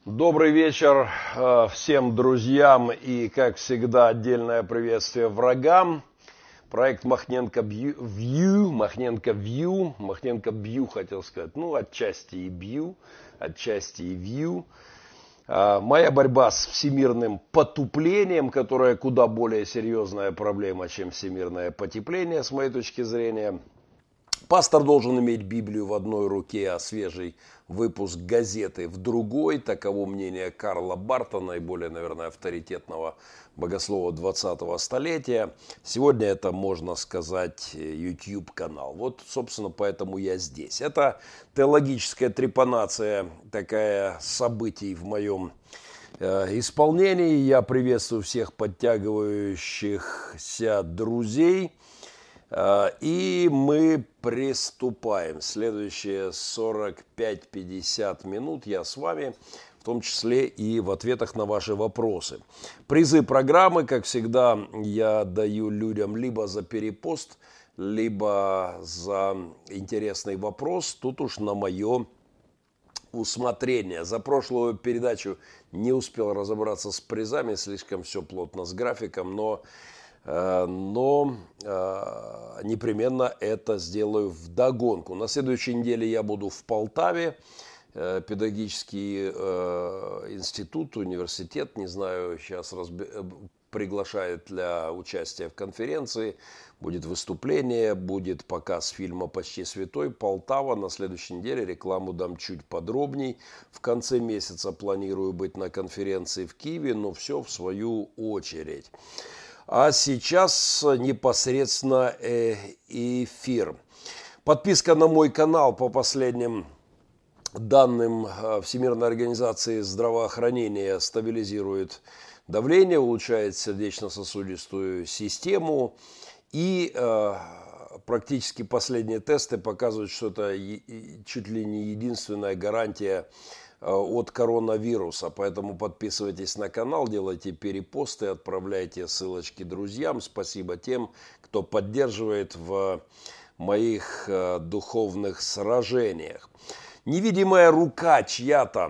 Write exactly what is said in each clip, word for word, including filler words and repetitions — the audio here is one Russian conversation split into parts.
Добрый вечер э, всем друзьям и, как всегда, отдельное приветствие врагам. Проект Махненко Вью, Махненко Вью, Махненко Бью, хотел сказать, ну, отчасти и Бью, отчасти и Вью. Э, моя борьба с всемирным потуплением, которое куда более серьезная проблема, чем всемирное потепление, с моей точки зрения. Пастор должен иметь Библию в одной руке, а свежий выпуск газеты в другой. Таково мнение Карла Барта, наиболее, наверное, авторитетного богослова двадцатого столетия. Сегодня это, можно сказать, YouTube-канал. Вот, собственно, поэтому я здесь. Это теологическая трепанация, такая событий в моем э, исполнении. Я приветствую всех подтягивающихся друзей. И мы приступаем. Следующие сорок пять - пятьдесят минут я с вами, в том числе и в ответах на ваши вопросы. Призы программы, как всегда, я даю людям либо за перепост, либо за интересный вопрос. Тут уж на мое усмотрение. За прошлую передачу не успел разобраться с призами, слишком все плотно с графиком, но... Но э, непременно это сделаю вдогонку. На следующей неделе я буду в Полтаве, э, педагогический э, институт, университет, не знаю, сейчас разб... приглашают для участия в конференции. Будет выступление, будет показ фильма «Почти святой». Полтава. На следующей неделе рекламу дам чуть подробней. В конце месяца планирую быть на конференции в Киеве, но все в свою очередь. А сейчас непосредственно эфир. Подписка на мой канал по последним данным Всемирной организации здравоохранения стабилизирует давление, улучшает сердечно-сосудистую систему. И э, практически последние тесты показывают, что это чуть ли не единственная гарантия от коронавируса. Поэтому подписывайтесь на канал, делайте перепосты, отправляйте ссылочки друзьям. Спасибо тем, кто поддерживает в моих э, духовных сражениях. Невидимая рука чья-то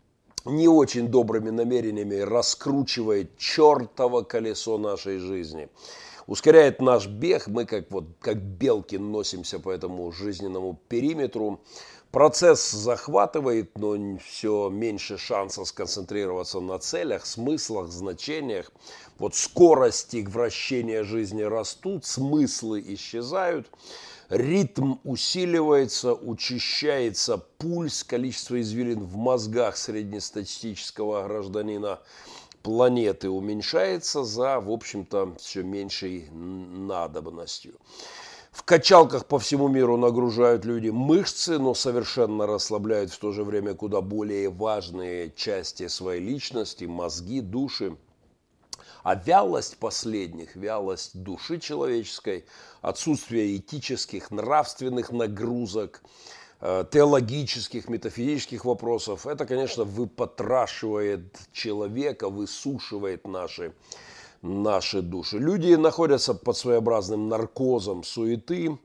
не очень добрыми намерениями раскручивает чертово колесо нашей жизни. Ускоряет наш бег, мы как, вот, как белки носимся по этому жизненному периметру. Процесс захватывает, но все меньше шанса сконцентрироваться на целях, смыслах, значениях. Вот скорости вращения жизни растут, смыслы исчезают, ритм усиливается, учащается пульс, количество извилин в мозгах среднестатистического гражданина планеты уменьшается за, в общем-то, все меньшей надобностью. В качалках по всему миру нагружают люди мышцы, но совершенно расслабляют в то же время куда более важные части своей личности, мозги, души. А вялость последних, вялость души человеческой, отсутствие этических, нравственных нагрузок, теологических, метафизических вопросов, это, конечно, выпотрашивает человека, высушивает наши наши души. Люди находятся под своеобразным наркозом суеты,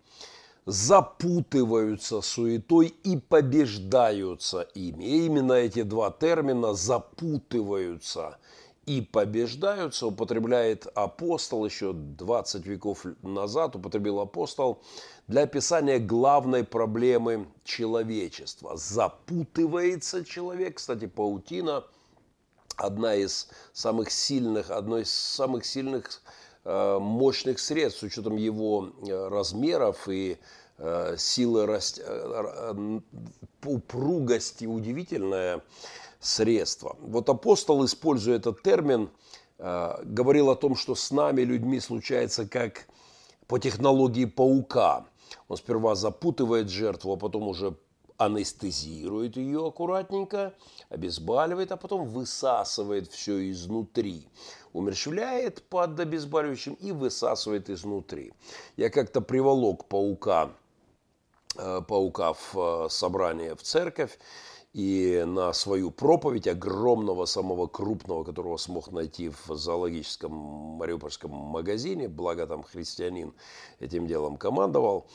запутываются суетой и побеждаются ими. И именно эти два термина «запутываются» и «побеждаются» употребляет апостол еще двадцать веков назад, употребил апостол для описания главной проблемы человечества. Запутывается человек, кстати, паутина – одна из самых сильных, одно из самых сильных э, мощных средств с учетом его э, размеров и э, силы раст... э, упругости, удивительное средство. Вот апостол, используя этот термин, э, говорил о том, что с нами, людьми, случается как по технологии паука. Он сперва запутывает жертву, а потом уже анестезирует ее аккуратненько, обезболивает, а потом высасывает все изнутри. Умерщвляет под обезболивающим и высасывает изнутри. Я как-то приволок паука, паука в собрание в церковь и на свою проповедь огромного, самого крупного, которого смог найти в зоологическом мариупольском магазине, благо там христианин этим делом командовал,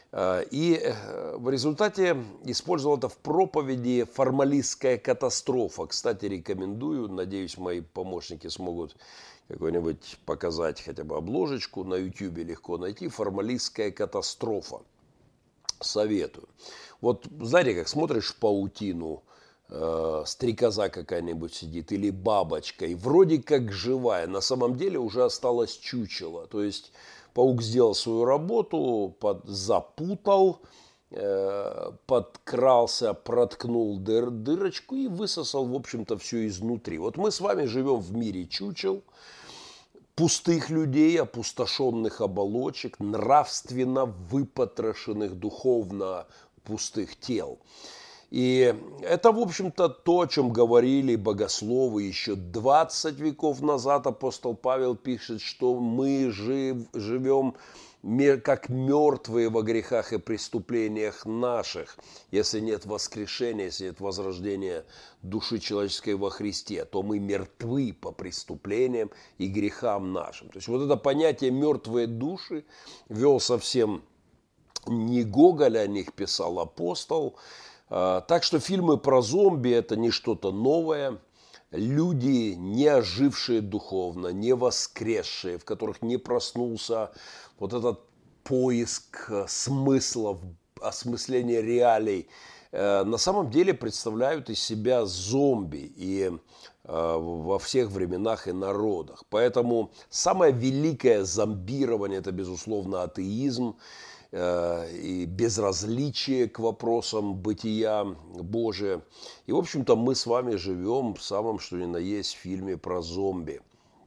И в результате использовал это в проповеди «Формалистская катастрофа». Кстати, рекомендую, надеюсь, мои помощники смогут какой-нибудь показать хотя бы обложечку. На ютубе легко найти «Формалистская катастрофа». Советую. Вот знаете, как смотришь в паутину, э, стрекоза какая-нибудь сидит или бабочка, и вроде как живая, на самом деле уже осталось чучело. То есть паук сделал свою работу, под, запутал, э, подкрался, проткнул дыр, дырочку и высосал, в общем-то, все изнутри. Вот мы с вами живем в мире чучел, пустых людей, опустошенных оболочек, нравственно выпотрошенных, духовно пустых тел. И это, в общем-то, то, о чем говорили богословы еще двадцать веков назад. Апостол Павел пишет, что мы жив, живем как мертвые во грехах и преступлениях наших. Если нет воскрешения, если нет возрождения души человеческой во Христе, то мы мертвы по преступлениям и грехам нашим. То есть вот это понятие «мертвые души» вел совсем не Гоголь, о них писал апостол. Так что фильмы про зомби – это не что-то новое. Люди, не ожившие духовно, не воскресшие, в которых не проснулся вот этот поиск смыслов, осмысления реалий, на самом деле представляют из себя зомби и во всех временах и народах. Поэтому самое великое зомбирование – это, безусловно, атеизм и безразличие к вопросам бытия Божия. И, в общем-то, мы с вами живем в самом, что ни на есть, фильме про зомби.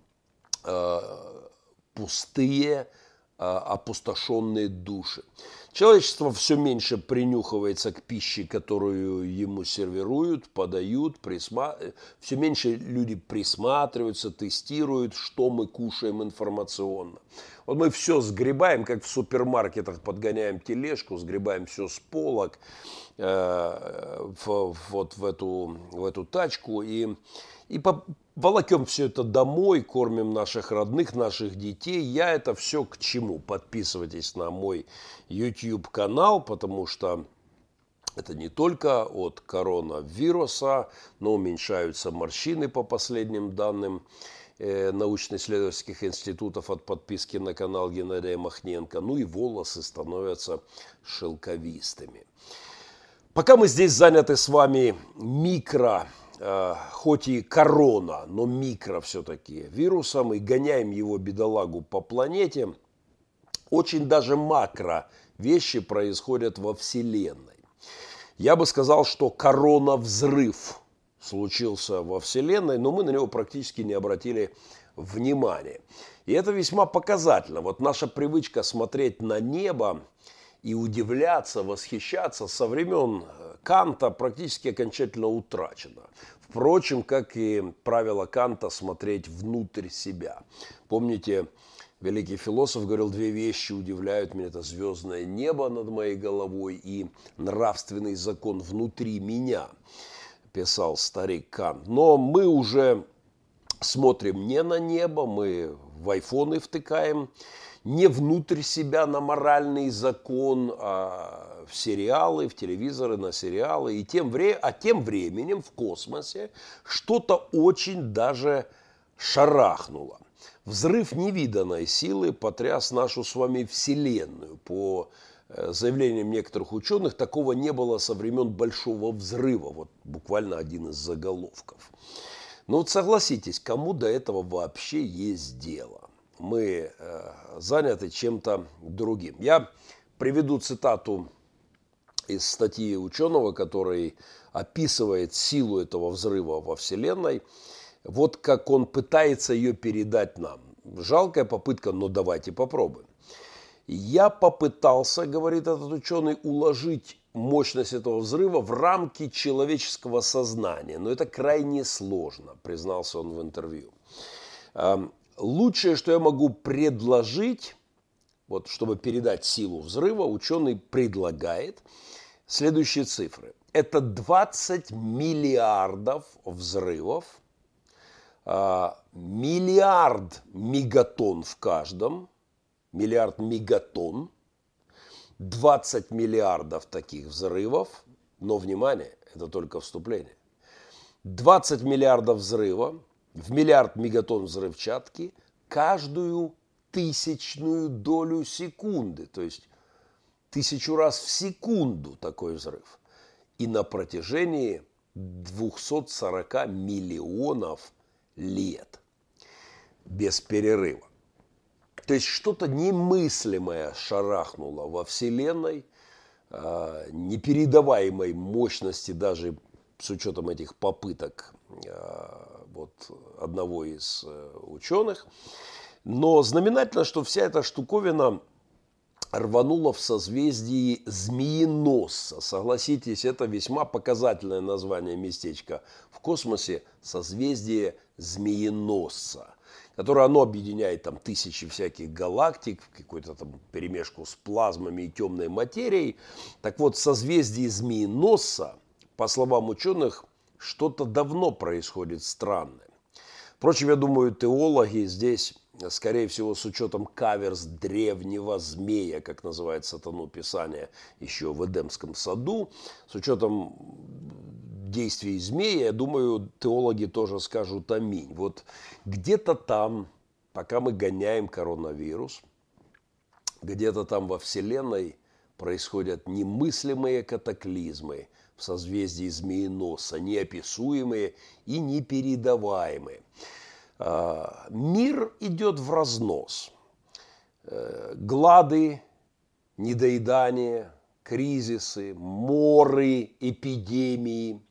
Пустые, опустошенные души. Человечество все меньше принюхивается к пище, которую ему сервируют, подают, присма... все меньше люди присматриваются, тестируют, что мы кушаем информационно. Вот мы все сгребаем, как в супермаркетах, подгоняем тележку, сгребаем все с полок э, в, вот в эту, в эту тачку и, и по, волокем все это домой, кормим наших родных, наших детей. Я это все к чему? Подписывайтесь на мой YouTube-канал, потому что это не только от коронавируса, но уменьшаются морщины по последним данным научно-исследовательских институтов от подписки на канал Геннадия Махненко. Ну и волосы становятся шелковистыми. Пока мы здесь заняты с вами микро, э, хоть и корона, но микро все-таки вирусом, и гоняем его бедолагу по планете, очень даже макро вещи происходят во Вселенной. Я бы сказал, что коронавзрыв случился во Вселенной, но мы на него практически не обратили внимания. И это весьма показательно. Вот наша привычка смотреть на небо и удивляться, восхищаться со времен Канта практически окончательно утрачена. Впрочем, как и правило Канта смотреть внутрь себя. Помните, великий философ говорил, две вещи удивляют меня. Это звездное небо над моей головой и нравственный закон внутри меня, писал старик Кант. Но мы уже смотрим не на небо, мы в айфоны втыкаем, не внутрь себя на моральный закон, а в сериалы, в телевизоры, на сериалы. И тем вре... А тем временем в космосе что-то очень даже шарахнуло. Взрыв невиданной силы потряс нашу с вами Вселенную. По заявлениям некоторых ученых, такого не было со времен Большого взрыва. Вот буквально один из заголовков. Но вот согласитесь, кому до этого вообще есть дело? Мы э, заняты чем-то другим. Я приведу цитату из статьи ученого, который описывает силу этого взрыва во Вселенной. Вот как он пытается ее передать нам. Жалкая попытка, но давайте попробуем. Я попытался, говорит этот ученый, уложить мощность этого взрыва в рамки человеческого сознания. Но это крайне сложно, признался он в интервью. Лучшее, что я могу предложить, вот, чтобы передать силу взрыва, ученый предлагает следующие цифры. Это двадцать миллиардов взрывов, миллиард мегатонн в каждом, миллиард мегатонн, двадцать миллиардов таких взрывов, но, внимание, это только вступление. двадцать миллиардов взрывов, в миллиард мегатонн взрывчатки каждую тысячную долю секунды, то есть тысячу раз в секунду такой взрыв. И на протяжении двухсот сорока миллионов лет без перерыва. То есть что-то немыслимое шарахнуло во Вселенной, непередаваемой мощности даже с учетом этих попыток вот, одного из ученых. Но знаменательно, что вся эта штуковина рванула в созвездии Змееносца. Согласитесь, это весьма показательное название местечка в космосе, созвездие Змееносца, которое оно объединяет там тысячи всяких галактик, какую-то там перемешку с плазмами и темной материей. Так вот, в созвездии Змееносца, по словам ученых, что-то давно происходит странное. Впрочем, я думаю, теологи здесь, скорее всего, с учетом каверс древнего змея, как называет сатану Писание еще в Эдемском саду, с учетом действий змея, я думаю, теологи тоже скажут аминь. Вот где-то там, пока мы гоняем коронавирус, где-то там во Вселенной происходят немыслимые катаклизмы в созвездии Змееносца, неописуемые и непередаваемые. Мир идет в разнос. Глады, недоедание, кризисы, моры, эпидемии,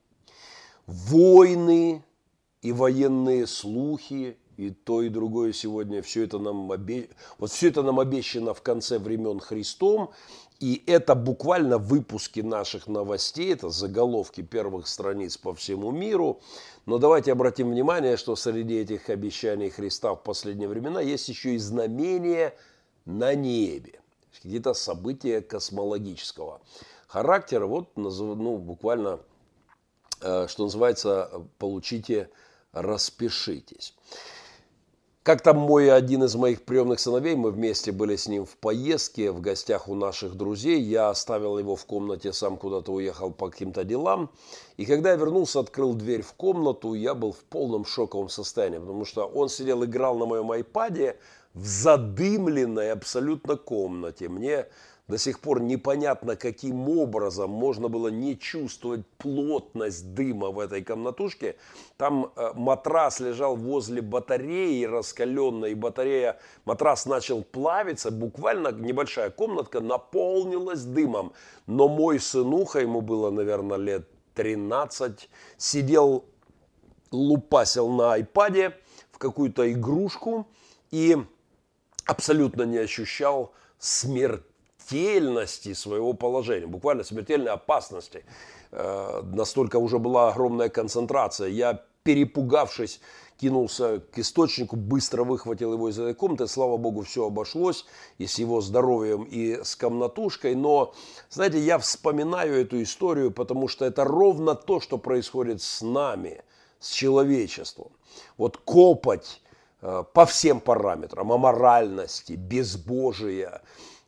войны и военные слухи, и то, и другое сегодня, все это нам, обе... вот все это нам обещано в конце времен Христом, и это буквально выпуски наших новостей, это заголовки первых страниц по всему миру. Но давайте обратим внимание, что среди этих обещаний Христа в последние времена есть еще и знамения на небе, какие-то события космологического характера. Вот, ну, буквально, что называется, получите, распишитесь. Как там мой один из моих приемных сыновей, мы вместе были с ним в поездке, в гостях у наших друзей. Я оставил его в комнате, сам куда-то уехал по каким-то делам. И когда я вернулся, открыл дверь в комнату, я был в полном шоковом состоянии, потому что он сидел, играл на моем айпаде в задымленной абсолютно комнате. Мне до сих пор непонятно, каким образом можно было не чувствовать плотность дыма в этой комнатушке. Там э, матрас лежал возле батареи раскаленной, и батарея, матрас начал плавиться, буквально небольшая комнатка наполнилась дымом. Но мой сынуха, ему было, наверное, лет тринадцать, сидел, лупасил на айпаде в какую-то игрушку и абсолютно не ощущал смерть своего положения, буквально смертельной опасности. Э, настолько уже была огромная концентрация. Я, перепугавшись, кинулся к источнику, быстро выхватил его из этой комнаты. Слава богу, все обошлось и с его здоровьем, и с комнатушкой. Но, знаете, я вспоминаю эту историю, потому что это ровно то, что происходит с нами, с человечеством. Вот копоть э, по всем параметрам, аморальности, безбожия,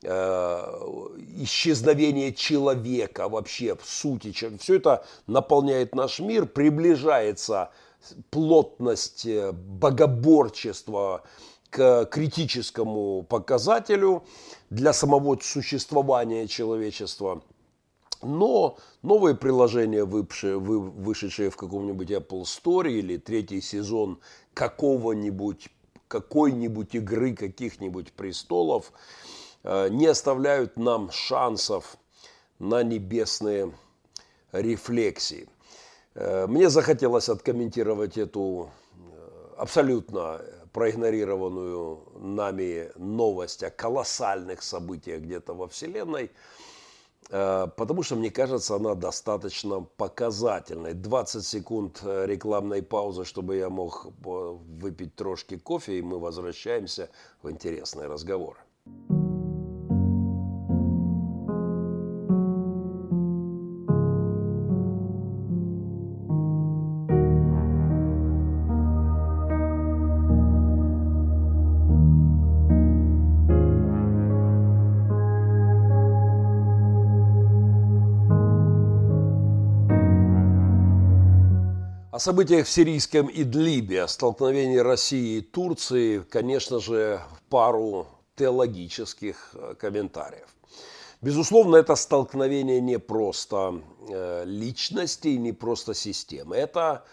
исчезновение человека вообще в сути, все это наполняет наш мир, приближается плотность богоборчества к критическому показателю для самого существования человечества. Но новые приложения, вышедшие в каком-нибудь Apple Store или третий сезон какого-нибудь, какой-нибудь игры каких-нибудь престолов, не оставляют нам шансов на небесные рефлексии. Мне захотелось откомментировать эту абсолютно проигнорированную нами новость о колоссальных событиях где-то во Вселенной, потому что, мне кажется, она достаточно показательной. двадцать секунд рекламной паузы, чтобы я мог выпить трошки кофе, и мы возвращаемся в интересные разговоры. О событиях в сирийском Идлибе, о столкновении России и Турции, конечно же, пару теологических комментариев. Безусловно, это столкновение не просто э, личностей, не просто системы. Это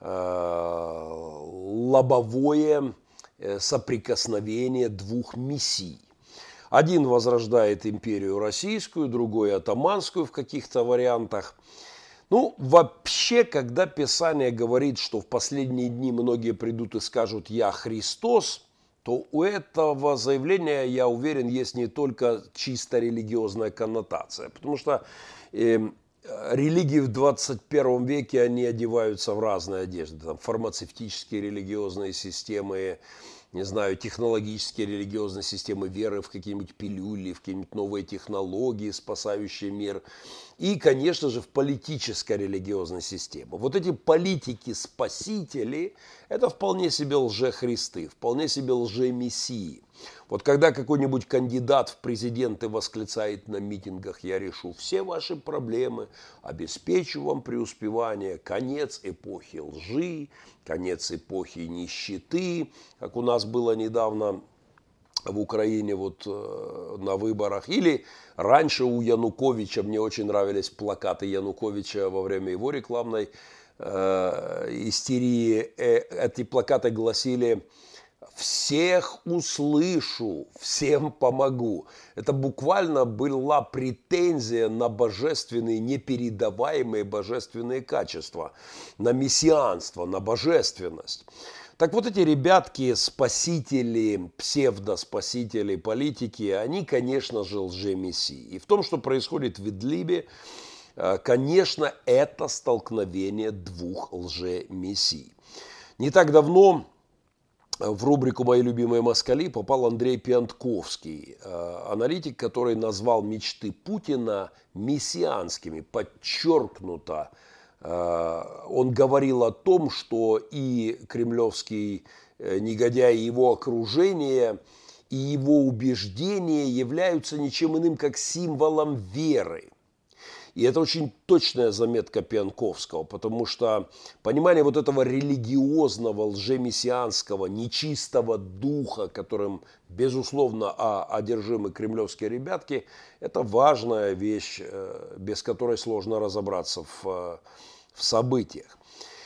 э, лобовое э, соприкосновение двух миссий. Один возрождает империю российскую, другой атаманскую в каких-то вариантах. Ну, вообще, когда Писание говорит, что в последние дни многие придут и скажут «Я Христос», то у этого заявления, я уверен, есть не только чисто религиозная коннотация. Потому что э, религии в двадцать первом веке, они одеваются в разные одежды. Там фармацевтические религиозные системы, не знаю, технологические религиозные системы веры в какие-нибудь пилюли, в какие-нибудь новые технологии, спасающие мир. И, конечно же, в политической религиозной системе. Вот эти политики-спасители – это вполне себе лжехристы, вполне себе лжемессии. Вот когда какой-нибудь кандидат в президенты восклицает на митингах «Я решу все ваши проблемы, обеспечу вам преуспевание, конец эпохи лжи, конец эпохи нищеты», как у нас было недавно в Украине вот э, на выборах. Или раньше у Януковича, мне очень нравились плакаты Януковича во время его рекламной э, истерии. Э, эти плакаты гласили «Всех услышу, всем помогу». Это буквально была претензия на божественные, непередаваемые божественные качества, на мессианство, на божественность. Так вот эти ребятки, спасители, псевдоспасители, политики, они, конечно же, лжемессии. И в том, что происходит в Идлибе, конечно, это столкновение двух лжемессий. Не так давно в рубрику «Мои любимые москали» попал Андрей Пиантковский, аналитик, который назвал мечты Путина мессианскими, подчеркнуто. Он говорил о том, что и кремлевский негодяй, и его окружение, и его убеждения являются ничем иным, как символом веры. И это очень точная заметка Пиантковского, потому что понимание вот этого религиозного, лжемессианского, нечистого духа, которым, безусловно, одержимы кремлевские ребятки, это важная вещь, без которой сложно разобраться в, в событиях.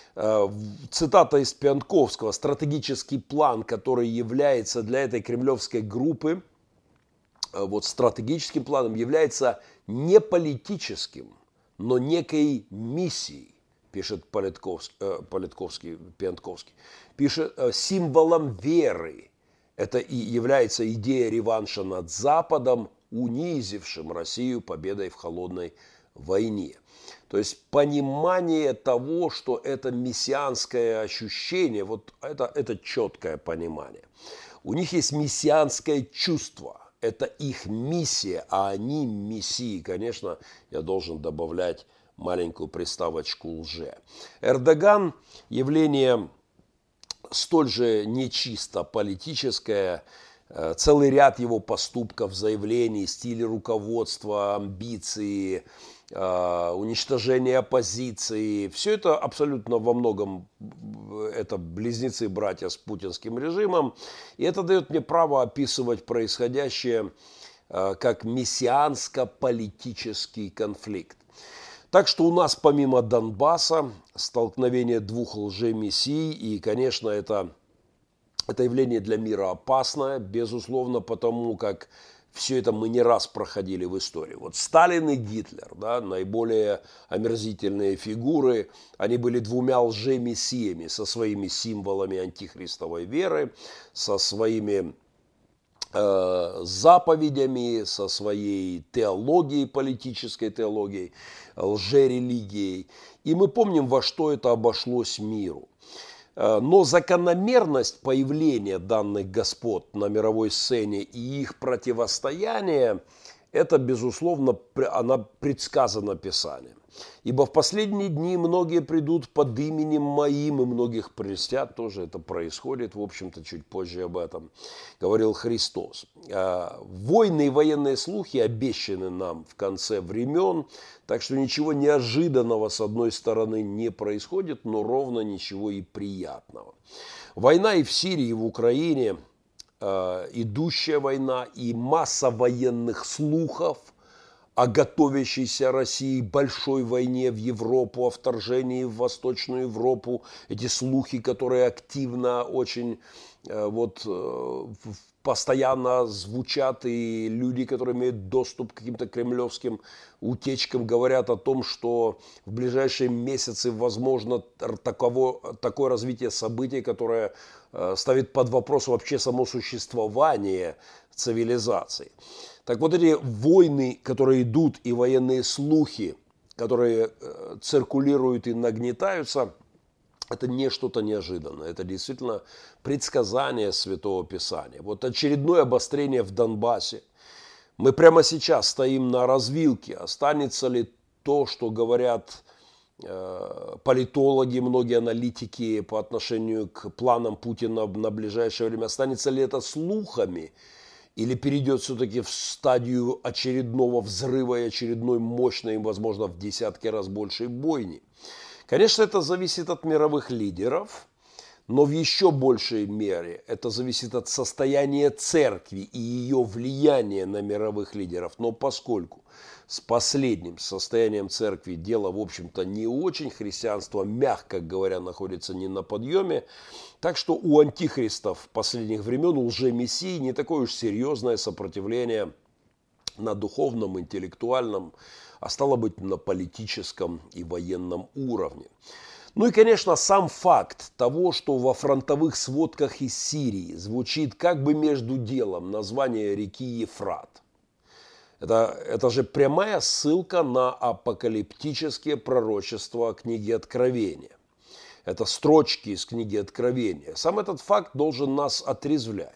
Цитата из Пиантковского: «Стратегический план, который является для этой кремлевской группы, вот стратегическим планом, является не политическим, но некой миссией», пишет Политковский, э, Политковский, Пиантковский, пишет э, символом веры. Это и является идея реванша над Западом, унизившим Россию победой в холодной войне. То есть понимание того, что это мессианское ощущение, вот это, это четкое понимание. У них есть мессианское чувство. Это их миссия, а они мессии. Конечно, я должен добавлять маленькую приставочку лже. Эрдоган – явление столь же нечисто политическое. Целый ряд его поступков, заявлений, стиля руководства, амбиции, уничтожение оппозиции. Все это абсолютно во многом это близнецы-братья с путинским режимом. И это дает мне право описывать происходящее как мессианско-политический конфликт. Так что у нас помимо Донбасса столкновение двух лжемессий, и, конечно, это, это явление для мира опасное, безусловно, потому как все это мы не раз проходили в истории. Вот Сталин и Гитлер, да, наиболее омерзительные фигуры, они были двумя лжемессиями со своими символами антихристовой веры, со своими э, заповедями, со своей теологией, политической теологией, лжерелигией. И мы помним, во что это обошлось миру. Но закономерность появления данных господ на мировой сцене и их противостояние, это, безусловно, она предсказана Писанием. Ибо в последние дни многие придут под именем Моим, и многих прельстят, тоже это происходит, в общем-то, чуть позже об этом говорил Христос. Войны и военные слухи обещаны нам в конце времен, так что ничего неожиданного с одной стороны не происходит, но ровно ничего и приятного. Война и в Сирии, и в Украине, идущая война, и масса военных слухов о готовящейся России большой войне в Европу, о вторжении в Восточную Европу, эти слухи, которые активно очень вот постоянно звучат, и люди, которые имеют доступ к каким-то кремлевским утечкам, говорят о том, что в ближайшие месяцы возможно таково, такое развитие событий, которое ставит под вопрос вообще само существование цивилизации. Так вот, эти войны, которые идут, и военные слухи, которые циркулируют и нагнетаются, это не что-то неожиданное, это действительно предсказание Святого Писания. Вот очередное обострение в Донбассе. Мы прямо сейчас стоим на развилке. Останется ли то, что говорят э, политологи, многие аналитики по отношению к планам Путина на ближайшее время, останется ли это слухами? Или перейдет все-таки в стадию очередного взрыва и очередной мощной, возможно, в десятки раз большей бойни? Конечно, это зависит от мировых лидеров, но в еще большей мере это зависит от состояния церкви и ее влияния на мировых лидеров. Но поскольку с последним состоянием церкви дело, в общем-то, не очень, христианство, мягко говоря, находится не на подъеме, так что у антихристов последних времен, у лжемессии, не такое уж серьезное сопротивление на духовном, интеллектуальном, а стало быть, на политическом и военном уровне. Ну и, конечно, сам факт того, что во фронтовых сводках из Сирии звучит как бы между делом название реки Ефрат. Это, это же прямая ссылка на апокалиптические пророчества книги Откровения. Это строчки из книги Откровения. Сам этот факт должен нас отрезвлять.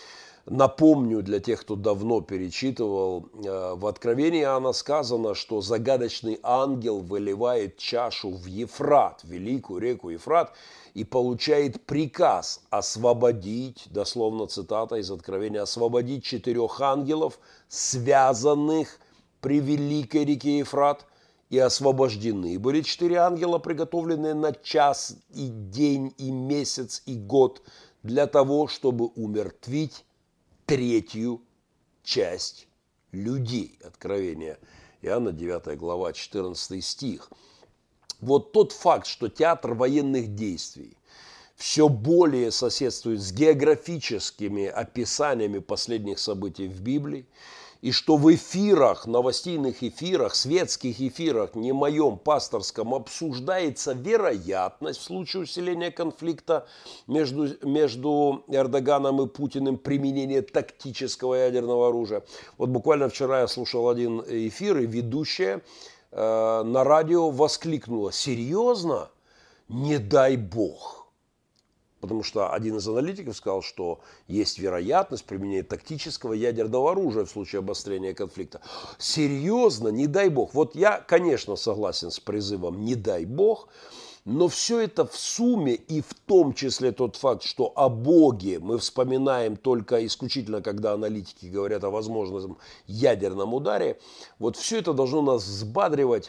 Напомню для тех, кто давно перечитывал, в Откровении Иоанна сказано, что загадочный ангел выливает чашу в Ефрат, великую реку Ефрат, и получает приказ освободить, дословно цитата из Откровения, освободить четырех ангелов, связанных при великой реке Ефрат, и освобождены были четыре ангела, приготовленные на час и день, и месяц, и год, для того, чтобы умертвить третью часть людей. Откровение Иоанна, девятая глава, четырнадцатый стих. Вот тот факт, что театр военных действий все более соседствует с географическими описаниями последних событий в Библии, и что в эфирах, новостейных эфирах, светских эфирах, не моем пасторском, обсуждается вероятность в случае усиления конфликта между, между Эрдоганом и Путиным применения тактического ядерного оружия. Вот буквально вчера я слушал один эфир, и ведущая э, на радио воскликнула: «Серьезно? Не дай бог!» Потому что один из аналитиков сказал, что есть вероятность применения тактического ядерного оружия в случае обострения конфликта. Серьезно, не дай бог. Вот я, конечно, согласен с призывом «не дай бог», но все это в сумме, и в том числе тот факт, что о Боге мы вспоминаем только исключительно, когда аналитики говорят о возможном ядерном ударе, вот все это должно нас взбадривать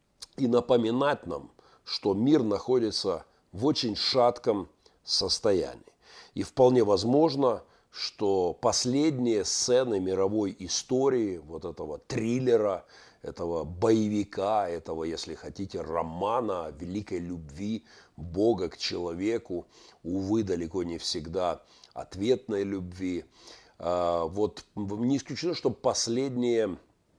и напоминать нам, что мир находится в очень шатком состоянии. И вполне возможно, что последние сцены мировой истории, вот этого триллера, этого боевика, этого, если хотите, романа о великой любви Бога к человеку, увы, далеко не всегда ответной любви. Вот не исключено, что последние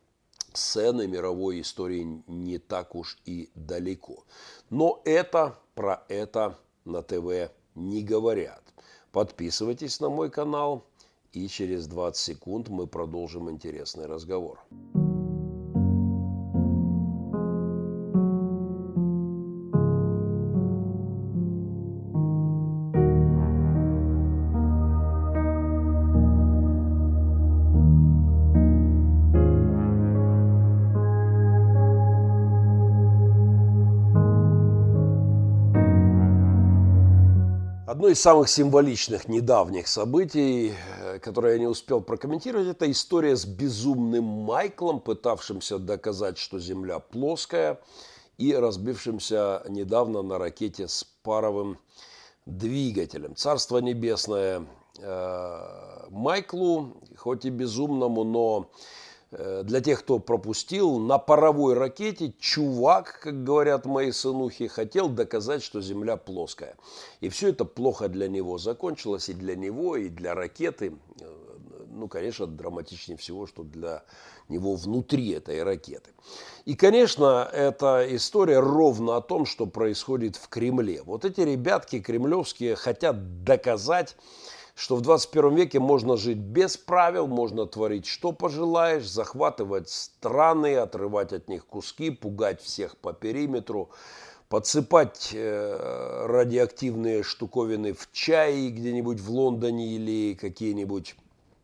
сцены мировой истории не так уж и далеко. Но это про это на ТВ не говорят. Подписывайтесь на мой канал, и через двадцать секунд мы продолжим интересный разговор. Одно из самых символичных недавних событий, которое я не успел прокомментировать, это история с безумным Майклом, пытавшимся доказать, что Земля плоская, и разбившимся недавно на ракете с паровым двигателем. Царство небесное э, Майклу, хоть и безумному, но э, для тех, кто пропустил, на паровой ракете чувак, как говорят мои сынухи, хотел доказать, что Земля плоская. И все это плохо для него закончилось, и для него, и для ракеты. Ну, конечно, драматичнее всего, что для него внутри этой ракеты. И, конечно, эта история ровно о том, что происходит в Кремле. Вот эти ребятки кремлевские хотят доказать, что в двадцать первом веке можно жить без правил, можно творить, что пожелаешь, захватывать страны, отрывать от них куски, пугать всех по периметру, подсыпать э, радиоактивные штуковины в чай где-нибудь в Лондоне или какие-нибудь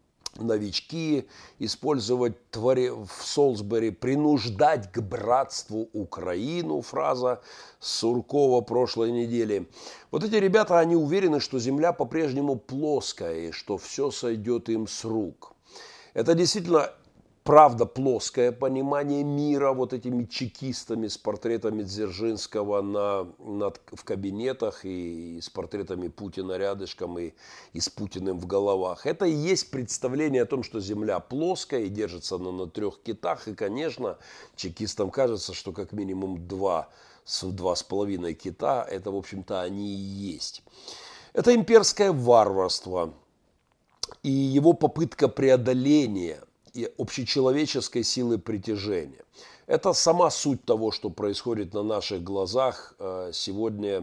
новички, использовать твори в Солсбери, принуждать к братству Украину, фраза Суркова прошлой недели. Вот эти ребята, они уверены, что Земля по-прежнему плоская и что все сойдет им с рук. Это действительно правда плоское понимание мира вот этими чекистами с портретами Дзержинского на, на, в кабинетах и, и с портретами Путина рядышком и, и с Путиным в головах. Это и есть представление о том, что Земля плоская и держится она на трех китах. И, конечно, чекистам кажется, что как минимум два, два с половиной кита, это, в общем-то, они и есть. Это имперское варварство и его попытка преодоления и общечеловеческой силы притяжения. Это сама суть того, что происходит на наших глазах сегодня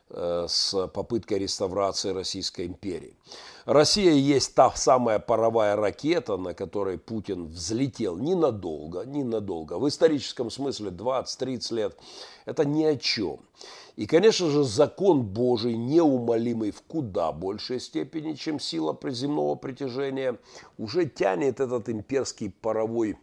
с попыткой реставрации Российской империи. Россия есть та самая паровая ракета, на которой Путин взлетел ненадолго, ненадолго. В историческом смысле двадцать-тридцать лет это ни о чем. И, конечно же, закон Божий, неумолимый в куда большей степени, чем сила земного притяжения, уже тянет этот имперский паровой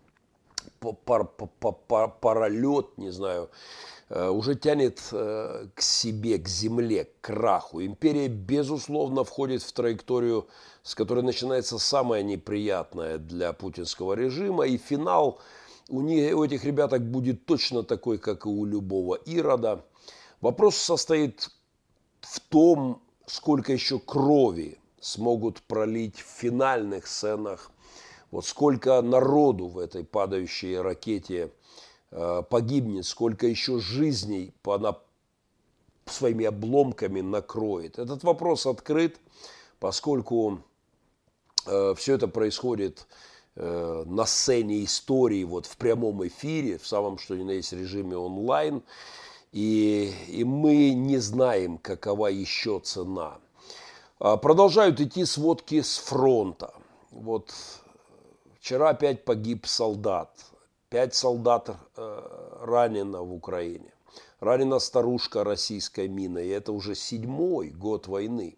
пар, пар, пар, паролет, не знаю, уже тянет к себе, к земле, к краху. Империя, безусловно, входит в траекторию, с которой начинается самое неприятное для путинского режима. И финал у, них, у этих ребяток будет точно такой, как и у любого Ирода. Вопрос состоит в том, сколько еще крови смогут пролить в финальных сценах, вот сколько народу в этой падающей ракете э, погибнет, сколько еще жизней она своими обломками накроет. Этот вопрос открыт, поскольку э, все это происходит э, на сцене истории, вот в прямом эфире, в самом что ни на есть режиме онлайн. И, и мы не знаем, какова еще цена. Продолжают идти сводки с фронта. Вот вчера опять погиб солдат. Пять солдат э, ранено в Украине. Ранена старушка российской миной. И это уже седьмой год войны.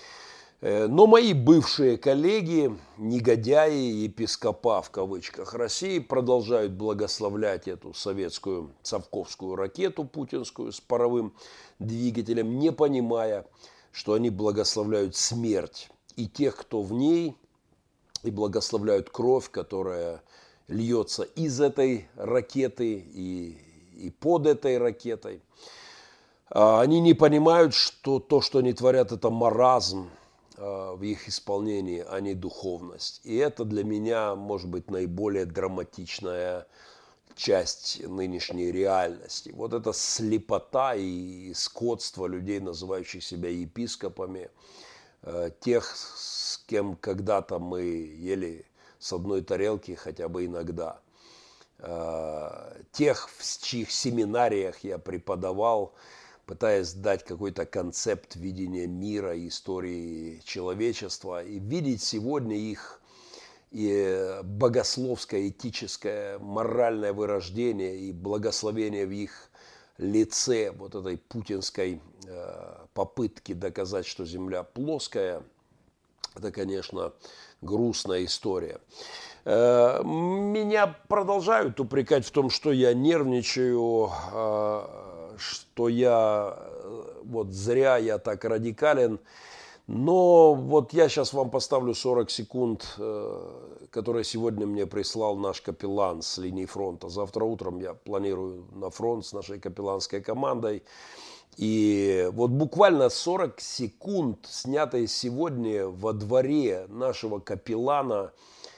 Но мои бывшие коллеги, негодяи, епископа в кавычках России, продолжают благословлять эту советскую совковскую ракету путинскую с паровым двигателем, не понимая, что они благословляют смерть и тех, кто в ней, и благословляют кровь, которая льется из этой ракеты и, и под этой ракетой. Они не понимают, что то, что они творят, это маразм в их исполнении, а не духовность. И это для меня, может быть, наиболее драматичная часть нынешней реальности. Вот эта слепота и скотство людей, называющих себя епископами, тех, с кем когда-то мы ели с одной тарелки хотя бы иногда, тех, в чьих семинариях я преподавал, пытаясь дать какой-то концепт видения мира, истории человечества, и видеть сегодня их и богословское, этическое, моральное вырождение и благословение в их лице вот этой путинской попытки доказать, что Земля плоская, это, конечно, грустная история. Меня продолжают упрекать в том, что я нервничаю, что я вот зря я так радикален. Но вот я сейчас вам поставлю сорок секунд, которые сегодня мне прислал наш капеллан с линии фронта. Завтра утром я планирую на фронт с нашей капелланской командой. И вот буквально сорок секунд, снятые сегодня во дворе нашего капеллана,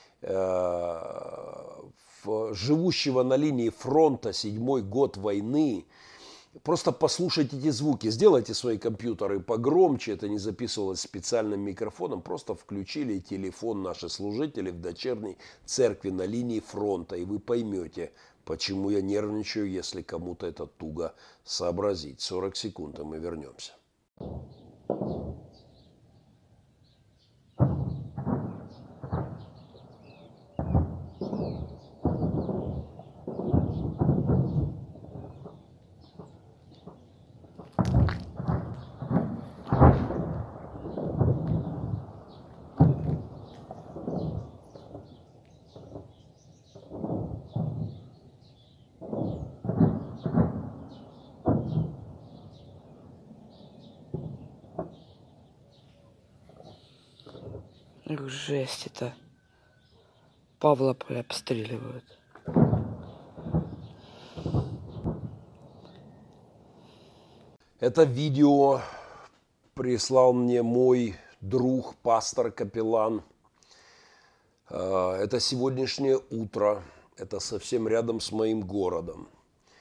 живущего на линии фронта, седьмой год войны. Просто послушайте эти звуки, сделайте свои компьютеры погромче, это не записывалось специальным микрофоном, просто включили телефон наши служители в дочерней церкви на линии фронта, и вы поймете, почему я нервничаю, если кому-то это туго сообразить. сорок секунд, и мы вернемся. Эх, жесть это. Павлополь обстреливают. Это видео прислал мне мой друг, пастор, капеллан. Это сегодняшнее утро. Это совсем рядом с моим городом.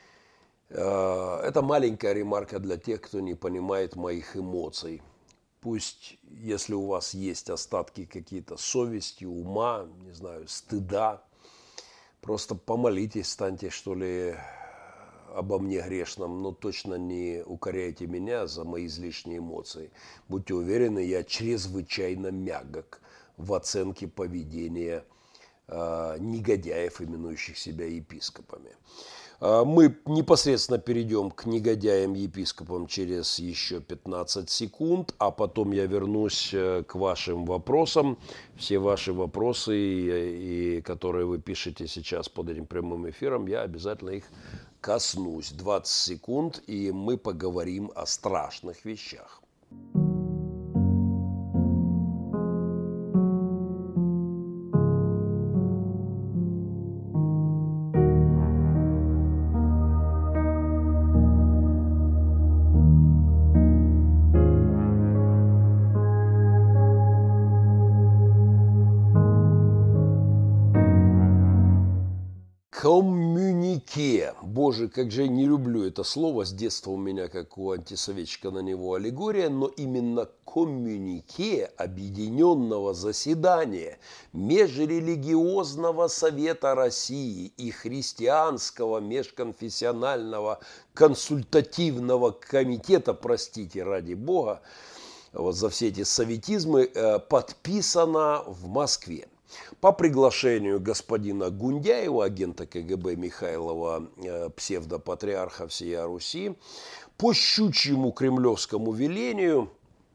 Это маленькая ремарка для тех, кто не понимает моих эмоций. Пусть, если у вас есть остатки какие-то совести, ума, не знаю, стыда, просто помолитесь, станьте, что ли, обо мне грешном, но точно не укоряйте меня за мои излишние эмоции. Будьте уверены, я чрезвычайно мягок в оценке поведения э, негодяев, именующих себя епископами. Мы непосредственно перейдем к негодяям-епископам через еще пятнадцать секунд, а потом я вернусь к вашим вопросам. Все ваши вопросы, и, и, которые вы пишете сейчас под этим прямым эфиром, я обязательно их коснусь. двадцать секунд, и мы поговорим о страшных вещах. Коммюнике. Боже, как же я не люблю это слово. С детства у меня, как у антисоветчика, на него аллегория. Но именно коммюнике объединенного заседания Межрелигиозного совета России и Христианского межконфессионального консультативного комитета, простите, ради Бога, вот за все эти советизмы, подписано в Москве. По приглашению господина Гундяева, агента ка гэ бэ Михайлова, псевдопатриарха всея Руси, по щучьему кремлевскому велению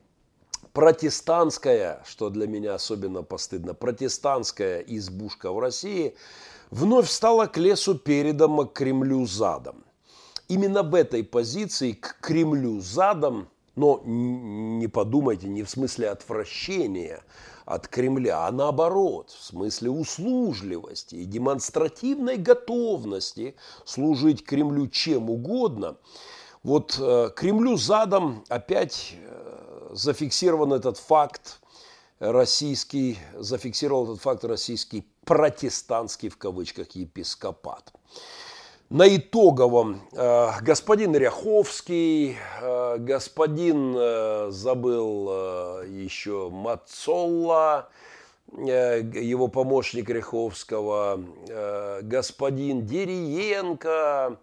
протестантская, что для меня особенно постыдно, протестантская избушка в России вновь стала к лесу передом, а к Кремлю задом. Именно в этой позиции к Кремлю задом, но не подумайте, не в смысле отвращения от Кремля, а наоборот, в смысле услужливости и демонстративной готовности служить Кремлю чем угодно. Вот э, Кремлю задом опять э, зафиксирован этот факт российский, зафиксировал этот факт российский протестантский в кавычках епископат. На итоговом э, господин Ряховский, э, господин, э, забыл э, еще Мацолла, э, его помощник Ряховского, э, господин Дериенко,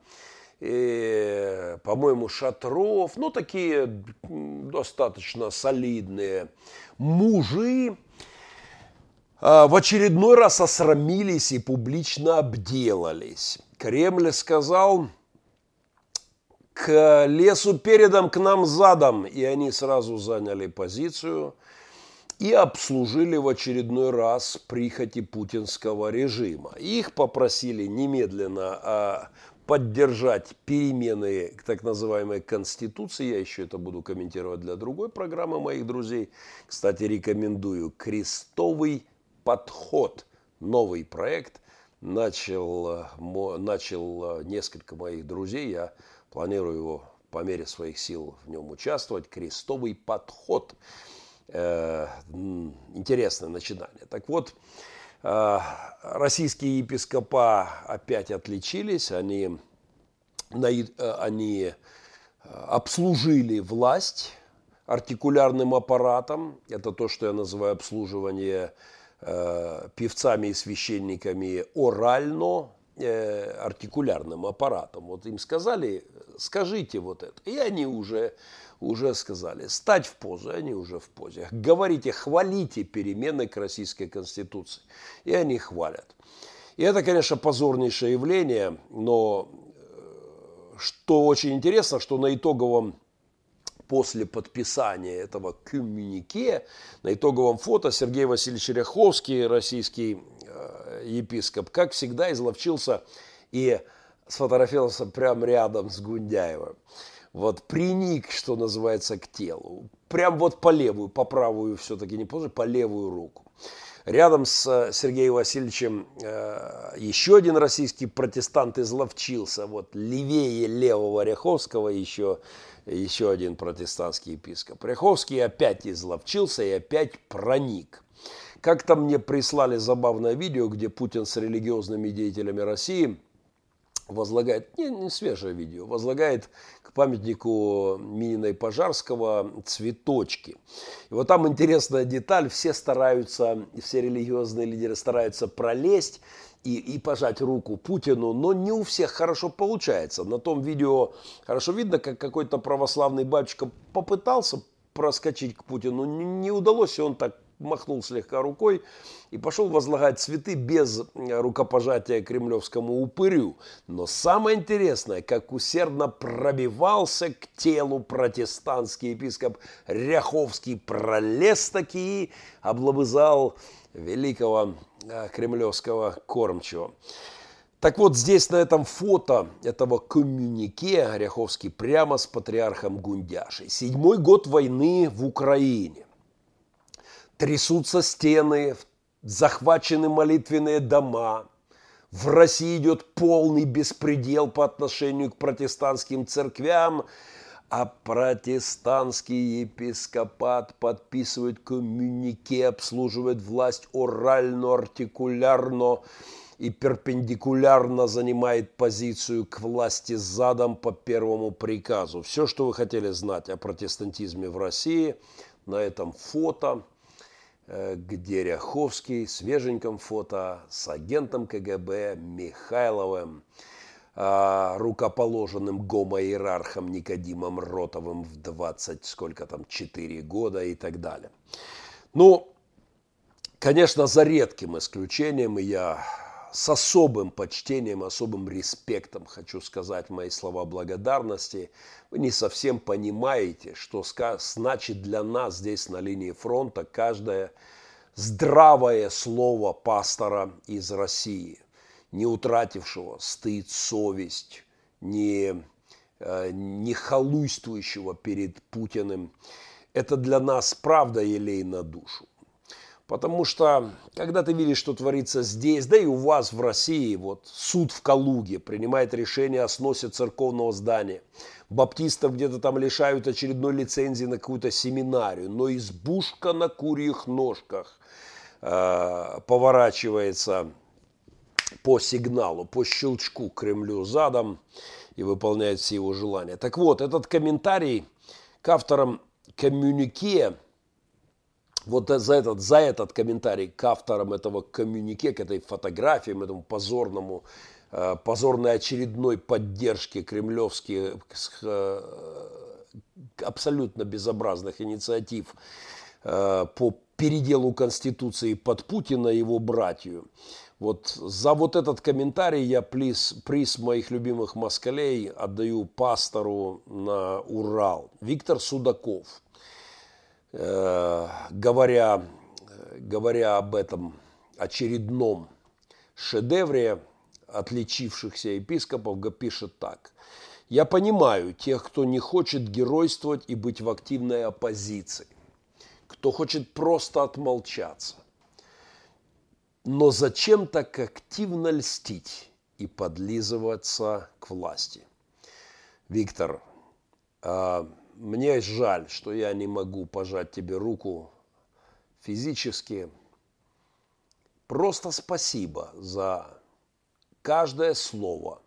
э, по-моему, Шатров, ну, такие достаточно солидные мужи, э, в очередной раз осрамились и публично обделались. Кремль сказал: к лесу передом, к нам задом. И они сразу заняли позицию и обслужили в очередной раз прихоти путинского режима. Их попросили немедленно поддержать перемены к так называемой Конституции. Я еще это буду комментировать для другой программы моих друзей. Кстати, рекомендую «Крестовый подход». Новый проект. Начал, начал несколько моих друзей. Я планирую его по мере своих сил в нем участвовать. «Крестовый подход». Интересное начинание. Так вот, российские епископа опять отличились. Они, они обслужили власть артикулярным аппаратом. Это то, что я называю обслуживание певцами и священниками орально, артикулярным аппаратом. Вот им сказали, скажите вот это. И они уже, уже сказали, стать в позу, они уже в позе. Говорите, хвалите перемены к Российской Конституции. И они хвалят. И это, конечно, позорнейшее явление, но что очень интересно, что на итоговом, после подписания этого коммюнике, на итоговом фото Сергей Васильевич Ряховский, российский э, епископ, как всегда изловчился и сфотографировался прямо рядом с Гундяевым. Вот приник, что называется, к телу. Прям вот по левую, по правую все-таки не позже, по левую руку. Рядом с Сергеем Васильевичем э, еще один российский протестант изловчился. Вот левее левого Ряховского еще Еще один протестантский епископ. Ряховский опять изловчился и опять проник. Как-то мне прислали забавное видео, где Путин с религиозными деятелями России возлагает, не, не свежее видео, возлагает к памятнику Минина и Пожарского цветочки. И вот там интересная деталь, все стараются, все религиозные лидеры стараются пролезть и, и пожать руку Путину, но не у всех хорошо получается. На том видео хорошо видно, как какой-то православный батюшка попытался проскочить к Путину, не удалось, и он так махнул слегка рукой и пошел возлагать цветы без рукопожатия кремлевскому упырю. Но самое интересное, как усердно пробивался к телу протестантский епископ Ряховский, пролез таки и облобызал великого кремлевского кормчего. Так вот, здесь на этом фото этого коммюнике Ряховский прямо с патриархом Гундяшей. Седьмой год войны в Украине. Трясутся стены, захвачены молитвенные дома. В России идет полный беспредел по отношению к протестантским церквям, а протестантский епископат подписывает коммюнике, обслуживает власть орально, артикулярно и перпендикулярно занимает позицию к власти задом по первому приказу. Все, что вы хотели знать о протестантизме в России, на этом фото, где Ряховский, свеженьком фото с агентом КГБ Михайловым, рукоположенным гомоиерархом Никодимом Ротовым в двадцать, сколько там, четыре года и так далее. Ну, конечно, за редким исключением, и я с особым почтением, особым респектом хочу сказать мои слова благодарности. Вы не совсем понимаете, что значит для нас здесь на линии фронта каждое здравое слово пастора из России, не утратившего стыд, совесть, не, не халуйствующего перед Путиным. Это для нас правда елей на душу. Потому что, когда ты видишь, что творится здесь, да и у вас в России, вот суд в Калуге принимает решение о сносе церковного здания, баптистов где-то там лишают очередной лицензии на какую-то семинарию, но избушка на курьих ножках э, поворачивается по сигналу, по щелчку к Кремлю задом и выполняет все его желания. Так вот, этот комментарий к авторам коммюнике, вот за этот, за этот комментарий к авторам этого коммюнике, к этой фотографии, к этому позорному, э, позорной очередной поддержке кремлевских э, абсолютно безобразных инициатив э, по переделу Конституции под Путина и его братью. Вот за вот этот комментарий я приз, приз моих любимых москалей отдаю пастору на Урал. Виктор Судаков. Говоря, говоря об этом очередном шедевре отличившихся епископов пишет так. «Я понимаю тех, кто не хочет геройствовать и быть в активной оппозиции, кто хочет просто отмолчаться. Но зачем так активно льстить и подлизываться к власти?» Виктор, мне жаль, что я не могу пожать тебе руку физически. Просто спасибо за каждое слово,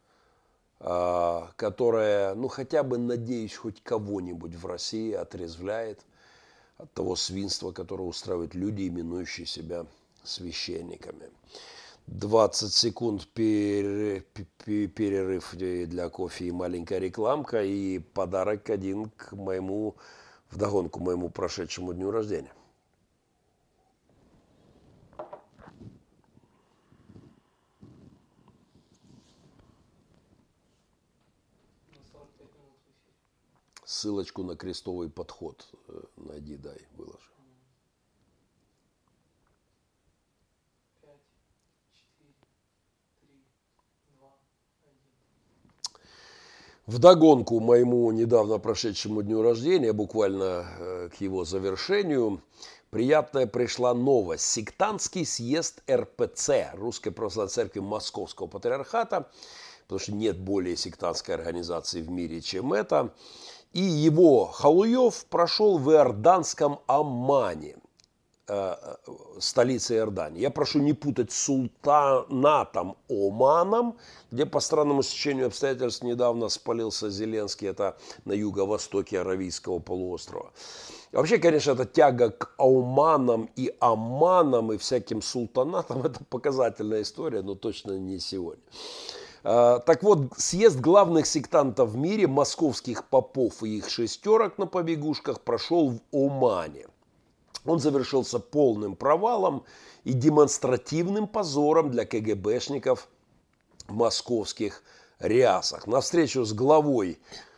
которое, ну, хотя бы, надеюсь, хоть кого-нибудь в России отрезвляет от того свинства, которое устраивают люди, именующие себя священниками. двадцать секунд перерыв для кофе и маленькая рекламка, и подарок один к моему, вдогонку моему прошедшему дню рождения. Ссылочку на крестовый подход найди, дай, выложи. Вдогонку моему недавно прошедшему дню рождения, буквально э, к его завершению, приятная пришла новость. Сектантский съезд эр пэ цэ, Русской Православной Церкви Московского Патриархата, потому что нет более сектантской организации в мире, чем это, и его Халуев прошел в иорданском Аммане, э, столице Иордании. Я прошу не путать с султанатом Оманом, где по странному стечению обстоятельств недавно спалился Зеленский, это на юго-востоке Аравийского полуострова. Вообще, конечно, эта тяга к Оманам и Амманам и всяким султанатам, это показательная история, но точно не сегодня. Так вот, съезд главных сектантов в мире, московских попов и их шестерок на побегушках, прошел в Омане. Он завершился полным провалом и демонстративным позором для ка гэ бэшников в московских рясах. На встречу с главой,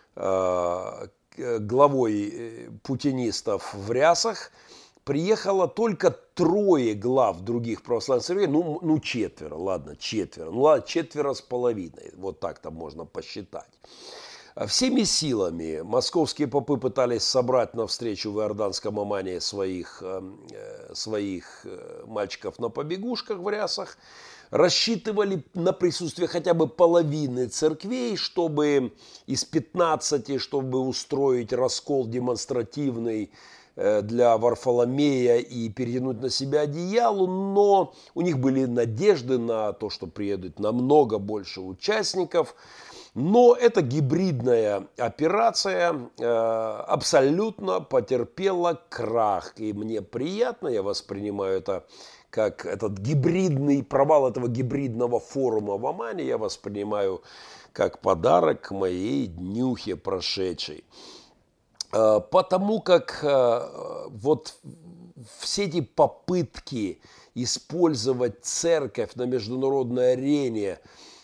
э, главой путинистов в рясах приехало только трое глав других православных церквей, ну, ну четверо, ладно, четверо, ну ладно, четверо с половиной, вот так-то можно посчитать. Всеми силами московские попы пытались собрать на встречу в иорданском Омане своих, своих мальчиков на побегушках в рясах, рассчитывали на присутствие хотя бы половины церквей, чтобы из пятнадцати, чтобы устроить раскол демонстративный для Варфоломея и перетянуть на себя одеяло, но у них были надежды на то, что приедут намного больше участников. Но эта гибридная операция э, абсолютно потерпела крах. И мне приятно, я воспринимаю это как этот гибридный провал этого гибридного форума в Омане, я воспринимаю как подарок к моей днюхе прошедшей. Э, потому как э, вот все эти попытки использовать церковь на международной арене,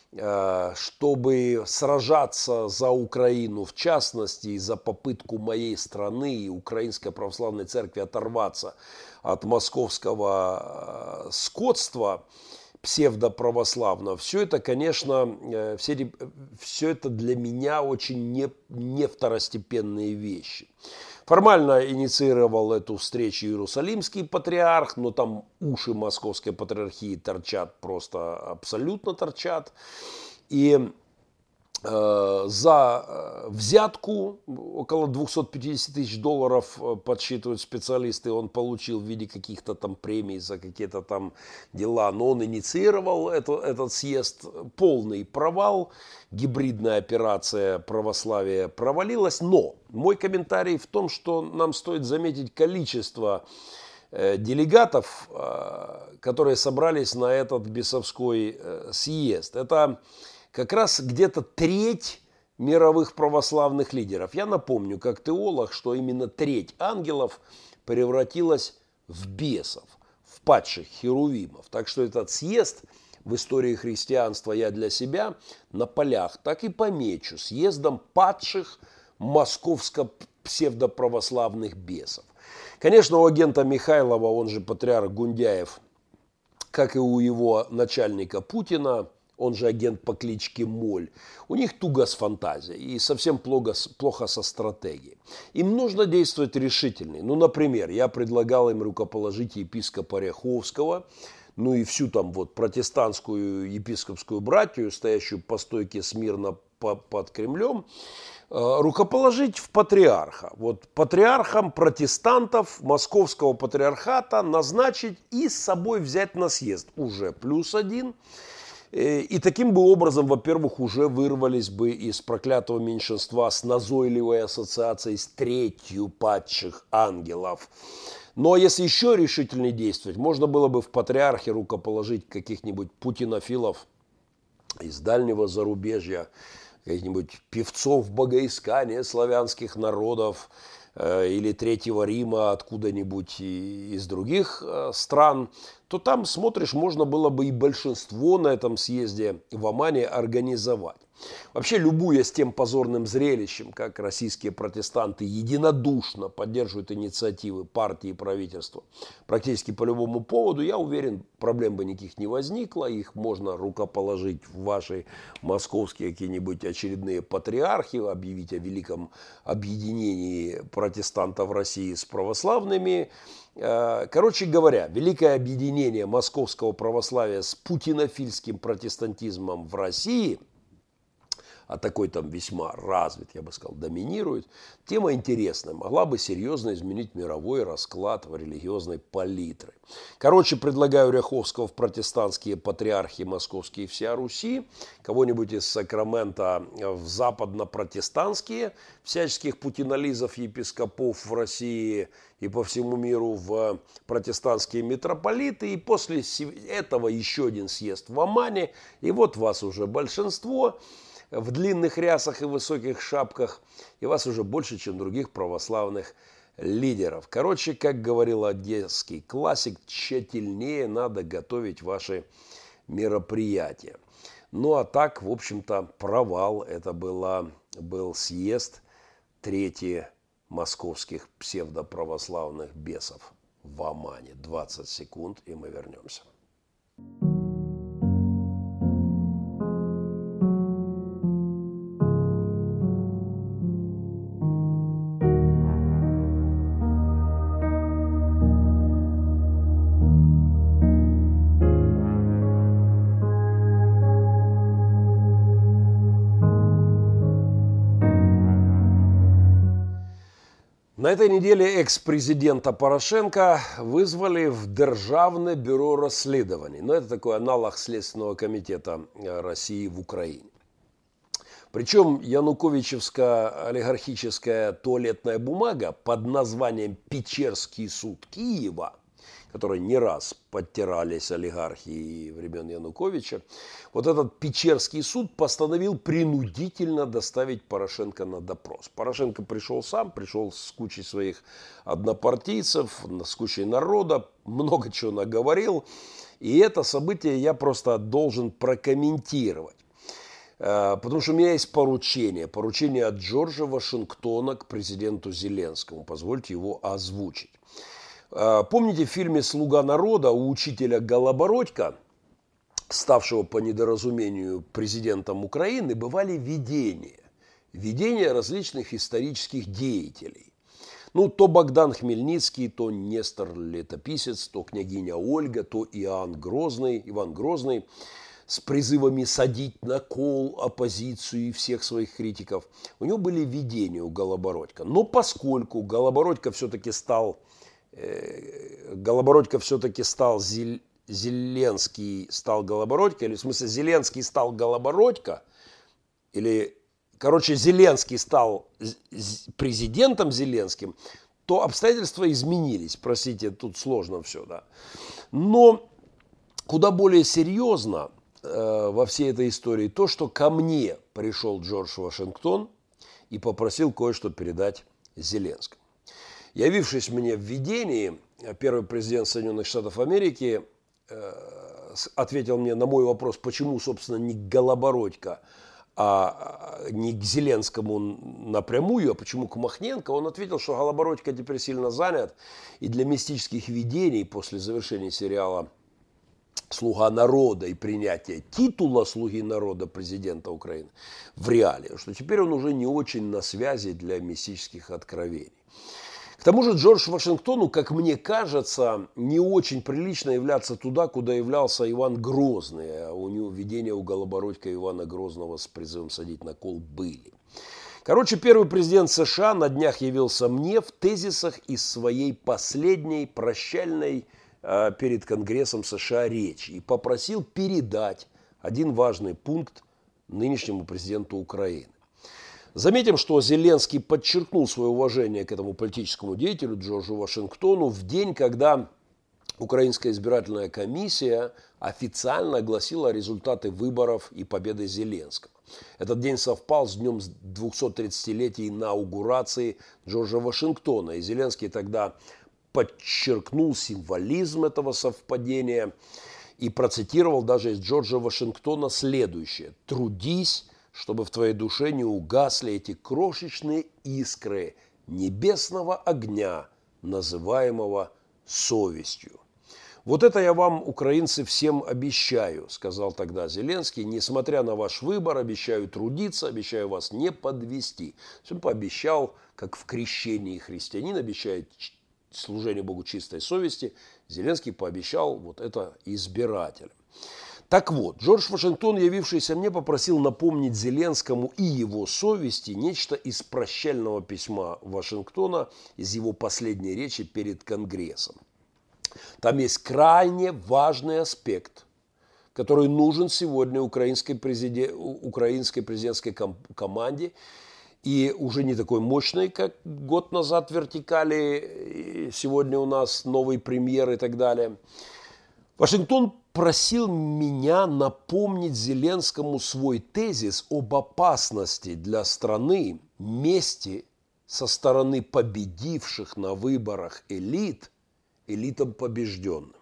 чтобы сражаться за Украину, в частности, и за попытку моей страны и Украинской Православной Церкви оторваться от московского скотства псевдоправославного, все это, конечно, все, эти, все это для меня очень не, не второстепенные вещи. Формально инициировал эту встречу Иерусалимский патриарх, но там уши Московской патриархии торчат, просто абсолютно торчат. И э, за взятку около двести пятьдесят тысяч долларов, подсчитывают специалисты, он получил в виде каких-то там премий за какие-то там дела. Но он инициировал это, этот съезд. Полный провал. Гибридная операция православия провалилась, но мой комментарий в том, что нам стоит заметить количество э, делегатов, э, которые собрались на этот бесовской э, съезд. Это как раз где-то треть мировых православных лидеров. Я напомню, как теолог, что именно треть ангелов превратилась в бесов, в падших херувимов. Так что этот съезд в истории христианства я для себя на полях так и помечу съездом падших московско-псевдоправославных бесов. Конечно, у агента Михайлова, он же патриарх Гундяев, как и у его начальника Путина, он же агент по кличке Моль, у них туго с фантазией и совсем плохо, плохо со стратегией. Им нужно действовать решительнее. Ну, например, я предлагал им рукоположить епископа Ряховского, ну и всю там вот протестантскую епископскую братью, стоящую по стойке смирно под Кремлем, рукоположить в патриарха. Вот патриархом протестантов Московского патриархата назначить и с собой взять на съезд. Уже плюс один. И таким бы образом, во-первых, уже вырвались бы из проклятого меньшинства с назойливой ассоциацией с третью падших ангелов. Но если еще решительнее действовать, можно было бы в патриархе рукоположить каких-нибудь путинофилов из дальнего зарубежья, каких-нибудь певцов богоискания славянских народов э, или Третьего Рима откуда-нибудь из других э, стран, то там, смотришь, можно было бы и большинство на этом съезде в Омане организовать. Вообще, любуясь тем позорным зрелищем, как российские протестанты единодушно поддерживают инициативы партии и правительства практически по любому поводу, я уверен, проблем бы никаких не возникло. Их можно рукоположить в ваши московские какие-нибудь очередные патриархи, объявить о великом объединении протестантов России с православными. Короче говоря, великое объединение московского православия с путинофильским протестантизмом в России, а такой там весьма развит, я бы сказал, доминирует, тема интересная, могла бы серьезно изменить мировой расклад в религиозной палитры. Короче, предлагаю Ряховского в протестантские патриархи московские и вся Руси, кого-нибудь из Сакрамента в западно-протестантские, всяческих путинолизов, епископов в России и по всему миру в протестантские митрополиты, и после этого еще один съезд в Омане, и вот вас уже большинство в длинных рясах и высоких шапках, и вас уже больше, чем других православных лидеров. Короче, как говорил одесский классик, тщательнее надо готовить ваши мероприятия. Ну а так, в общем-то, провал. Это было, был съезд третий московских псевдоправославных бесов в Омане. двадцать секунд, и мы вернемся. На этой неделе экс-президента Порошенко вызвали в Державное бюро расследований. Ну, это такой аналог Следственного комитета России в Украине. Причем януковичевская олигархическая туалетная бумага под названием «Печерский суд Киева», которой не раз подтирались олигархи времен Януковича, вот этот Печерский суд постановил принудительно доставить Порошенко на допрос. Порошенко пришел сам, пришел с кучей своих однопартийцев, с кучей народа, много чего наговорил. И это событие я просто должен прокомментировать. Потому что у меня есть поручение, поручение от Джорджа Вашингтона к президенту Зеленскому. Позвольте его озвучить. Помните в фильме «Слуга народа» у учителя Голобородько, ставшего по недоразумению президентом Украины, бывали видения. Видения различных исторических деятелей. Ну, то Богдан Хмельницкий, то Нестор Летописец, то княгиня Ольга, то Иоанн Грозный, Иван Грозный с призывами садить на кол оппозицию и всех своих критиков. У него были видения у Голобородько. Но поскольку Голобородько все-таки стал... Голобородько все-таки стал Зеленский стал Голобородько, или в смысле Зеленский стал Голобородько, или, короче, Зеленский стал президентом Зеленским, то обстоятельства изменились. Простите, тут сложно все, да. Но куда более серьезно э, во всей этой истории то, что ко мне пришел Джордж Вашингтон и попросил кое-что передать Зеленскому. Явившись мне в видении, первый президент Соединенных Штатов Америки э, ответил мне на мой вопрос, почему, собственно, не к Голобородько, а не к Зеленскому напрямую, а почему к Махненко. Он ответил, что Голобородько теперь сильно занят, и для мистических видений после завершения сериала слуга народа и принятие титула слуги народа президента Украины в реалии, что теперь он уже не очень на связи для мистических откровений. К тому же Джордж Вашингтону, как мне кажется, не очень прилично являться туда, куда являлся Иван Грозный. А у него видения у Голобородька Ивана Грозного с призывом садить на кол были. Короче, первый президент США на днях явился мне в тезисах из своей последней прощальной э, перед Конгрессом США речи и попросил передать один важный пункт нынешнему президенту Украины. Заметим, что Зеленский подчеркнул свое уважение к этому политическому деятелю Джорджу Вашингтону в день, когда Украинская избирательная комиссия официально огласила результаты выборов и победы Зеленского. Этот день совпал с днем двухсоттридцатилетия инаугурации Джорджа Вашингтона. И Зеленский тогда подчеркнул символизм этого совпадения и процитировал даже из Джорджа Вашингтона следующее: «Трудись, чтобы в твоей душе не угасли эти крошечные искры небесного огня, называемого совестью». Вот это я вам, украинцы, всем обещаю, сказал тогда Зеленский. Несмотря на ваш выбор, обещаю трудиться, обещаю вас не подвести. Он пообещал, как в крещении христианин обещает служение Богу чистой совести, Зеленский пообещал вот это избирателям. Так вот, Джордж Вашингтон, явившийся мне, попросил напомнить Зеленскому и его совести нечто из прощального письма Вашингтона, из его последней речи перед Конгрессом. Там есть крайне важный аспект, который нужен сегодня украинской, президент, украинской президентской команде, и уже не такой мощной, как год назад вертикали, сегодня у нас новый премьер и так далее. Вашингтон просил меня напомнить Зеленскому свой тезис об опасности для страны мести со стороны победивших на выборах элит элитам побежденным.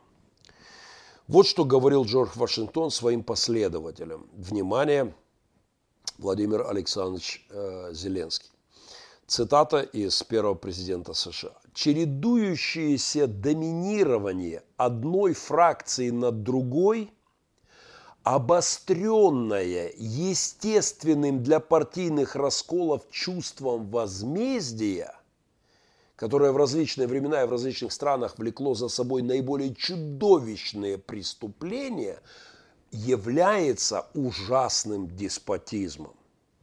Вот что говорил Джордж Вашингтон своим последователям. Внимание, Владимир Александрович э, Зеленский. Цитата из первого президента США. «Чередующееся доминирование одной фракции над другой, обостренное естественным для партийных расколов чувством возмездия, которое в различные времена и в различных странах влекло за собой наиболее чудовищные преступления, является ужасным деспотизмом».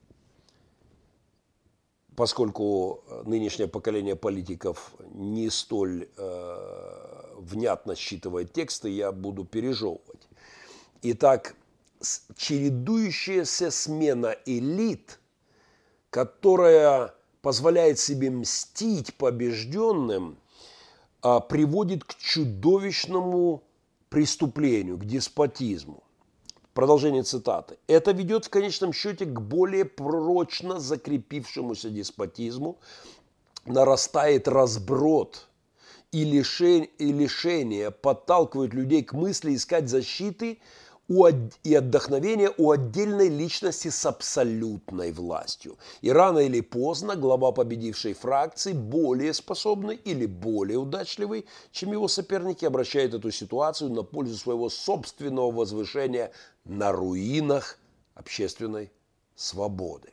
Поскольку нынешнее поколение политиков не столь э, внятно считывает тексты, я буду пережевывать. Итак, чередующаяся смена элит, которая позволяет себе мстить побежденным, э, приводит к чудовищному преступлению, к деспотизму. Продолжение цитаты. «Это ведет в конечном счете к более прочно закрепившемуся деспотизму, нарастает разброд и лишение, и лишение подталкивают людей к мысли искать защиты и отдохновения у отдельной личности с абсолютной властью. И рано или поздно глава победившей фракции, более способный или более удачливый, чем его соперники, обращает эту ситуацию на пользу своего собственного возвышения на руинах общественной свободы».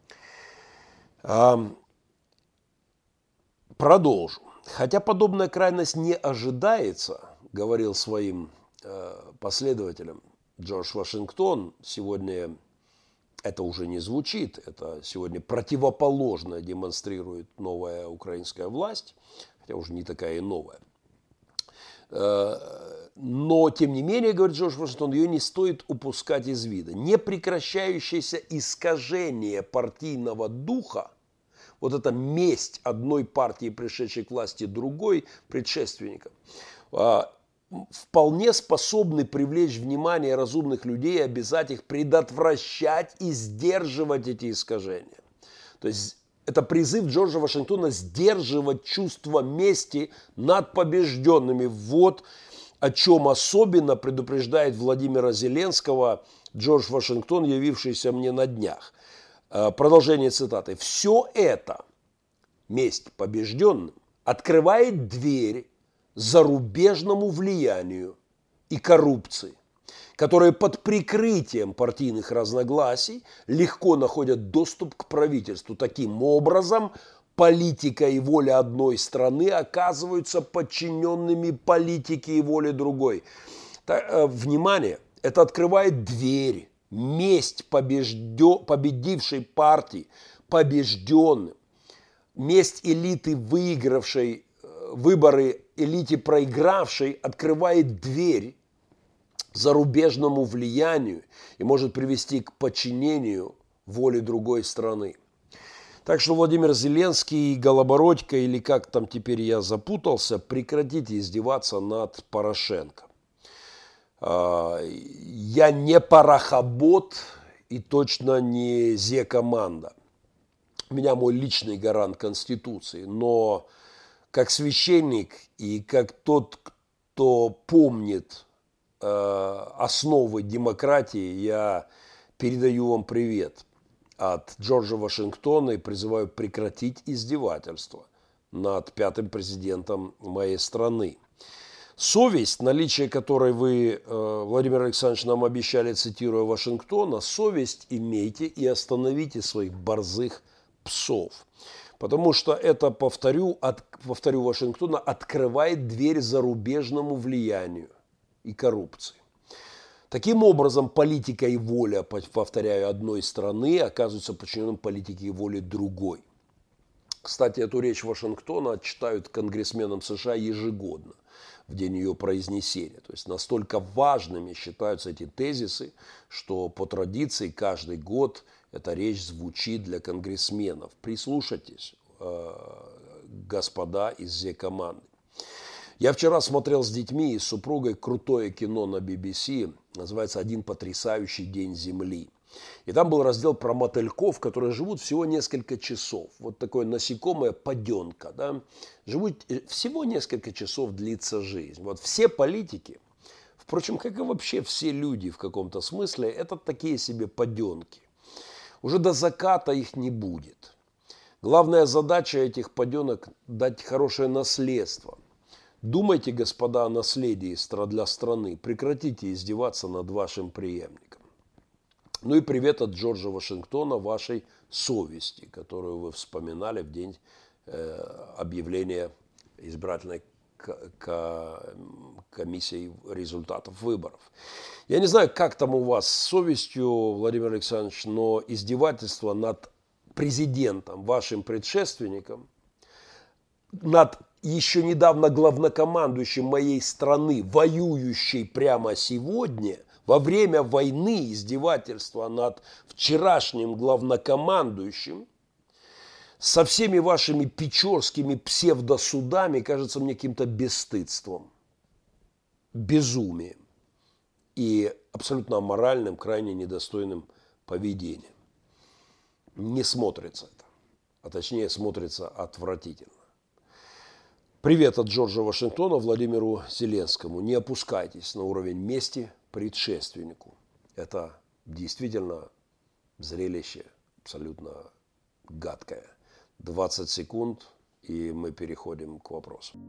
Продолжу. «Хотя подобная крайность не ожидается, говорил своим последователям Джордж Вашингтон, сегодня это уже не звучит, это сегодня противоположно демонстрирует новая украинская власть, хотя уже не такая и новая. Но, тем не менее, говорит Джордж Вашингтон, ее не стоит упускать из вида. Непрекращающееся искажение партийного духа, вот эта месть одной партии, пришедшей к власти другой, предшественникам, вполне способны привлечь внимание разумных людей и обязать их предотвращать и сдерживать эти искажения. То есть это призыв Джорджа Вашингтона сдерживать чувство мести над побежденными. Вот о чем особенно предупреждает Владимира Зеленского Джордж Вашингтон, явившийся мне на днях. Продолжение цитаты. «Все это, месть побежденным, открывает дверь зарубежному влиянию и коррупции, которые под прикрытием партийных разногласий легко находят доступ к правительству. Таким образом, политика и воля одной страны оказываются подчиненными политике и воле другой. Так, внимание, это открывает дверь, месть побеждё, победившей партии, побежденным, месть элиты, выигравшей выборы, элите, проигравшей, открывает дверь зарубежному влиянию и может привести к подчинению воле другой страны. Так что, Владимир Зеленский, Голобородько, или как там теперь я запутался, прекратите издеваться над Порошенко. Я не парохобот и точно не зе-команда. У меня мой личный гарант Конституции, но как священник и как тот, кто помнит основы демократии, я передаю вам привет от Джорджа Вашингтона и призываю прекратить издевательство над пятым президентом моей страны. Совесть, наличие которой вы, Владимир Александрович, нам обещали, цитируя Вашингтона, совесть имейте и остановите своих борзых псов. Потому что это, повторю, от, повторю Вашингтона, открывает дверь зарубежному влиянию и коррупции. Таким образом, политика и воля, повторяю, одной страны оказываются подчиненным политике и воле другой. Кстати, эту речь Вашингтона читают конгрессменам США ежегодно, в день ее произнесения. То есть настолько важными считаются эти тезисы, что по традиции каждый год эта речь звучит для конгрессменов. Прислушайтесь, господа из зе-команды. Я вчера смотрел с детьми и с супругой крутое кино на би би си, называется «Один потрясающий день Земли». И там был раздел про мотыльков, которые живут всего несколько часов. Вот такое насекомое паденка, да? Живут всего несколько часов, длится жизнь. Вот все политики, впрочем, как и вообще все люди в каком-то смысле, это такие себе паденки. Уже до заката их не будет. Главная задача этих паденок – дать хорошее наследство. Думайте, господа, о наследии для страны. Прекратите издеваться над вашим преемником. Ну и привет от Джорджа Вашингтона вашей совести, которую вы вспоминали в день э, объявления избирательной комиссии результатов выборов. Я не знаю, как там у вас с совестью, Владимир Александрович, но издевательство над президентом, вашим предшественником, над еще недавно главнокомандующим моей страны, воюющей прямо сегодня, во время войны издевательства над вчерашним главнокомандующим, со всеми вашими печорскими псевдосудами, кажется мне каким-то бесстыдством, безумием и абсолютно аморальным, крайне недостойным поведением. Не смотрится это, а точнее смотрится отвратительно. Привет от Джорджа Вашингтона Владимиру Зеленскому. Не опускайтесь на уровень мести предшественнику. Это действительно зрелище абсолютно гадкое. двадцать секунд, и мы переходим к вопросу.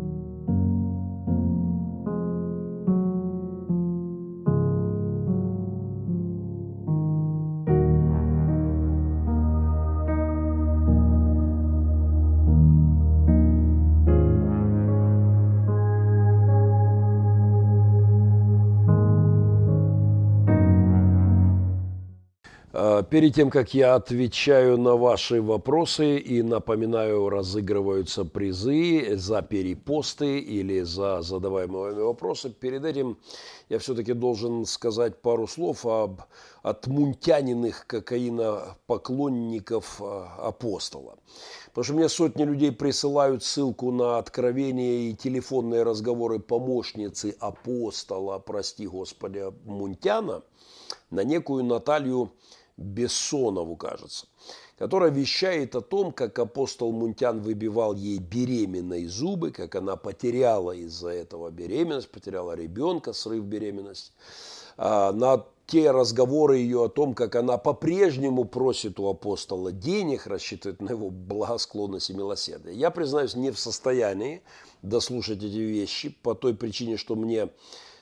Перед тем, как я отвечаю на ваши вопросы и напоминаю, разыгрываются призы за перепосты или за задаваемые вами вопросы, перед этим я все-таки должен сказать пару слов об отмунтяниных кокаинопоклонников апостола. Потому что мне сотни людей присылают ссылку на откровения и телефонные разговоры помощницы апостола, прости Господи, Мунтяна, на некую Наталью Бессонову, кажется, которая вещает о том, как апостол Мунтян выбивал ей беременной зубы, как она потеряла из-за этого беременность, потеряла ребенка, срыв беременности. На те разговоры ее о том, как она по-прежнему просит у апостола денег, рассчитывает на его благосклонность и милосердие. Я, признаюсь, не в состоянии дослушать эти вещи по той причине, что мне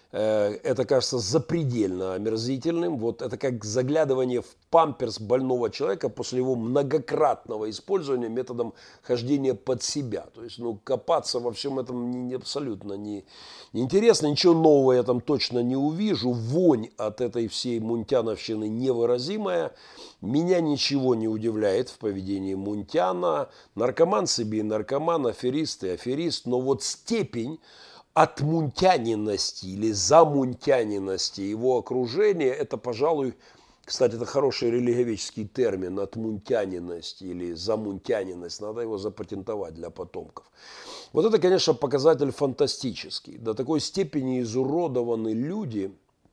это кажется запредельно омерзительным. Вот это как заглядывание в памперс больного человека после его многократного использования методом хождения под себя. То есть, ну, копаться во всем этом не, не, абсолютно не, не интересно. Ничего нового я там точно не увижу. Вонь от этой всей мунтяновщины невыразимая. Меня ничего не удивляет в поведении Мунтяна. Наркоман себе и наркоман, аферист и аферист. Но вот степень отмунтяненности или замунтяненности его окружения, это, пожалуй, кстати, это хороший религиоведческий термин, отмунтяненность или замунтяненность, надо его запатентовать для потомков. Вот это, конечно, показатель фантастический. До такой степени изуродованы люди,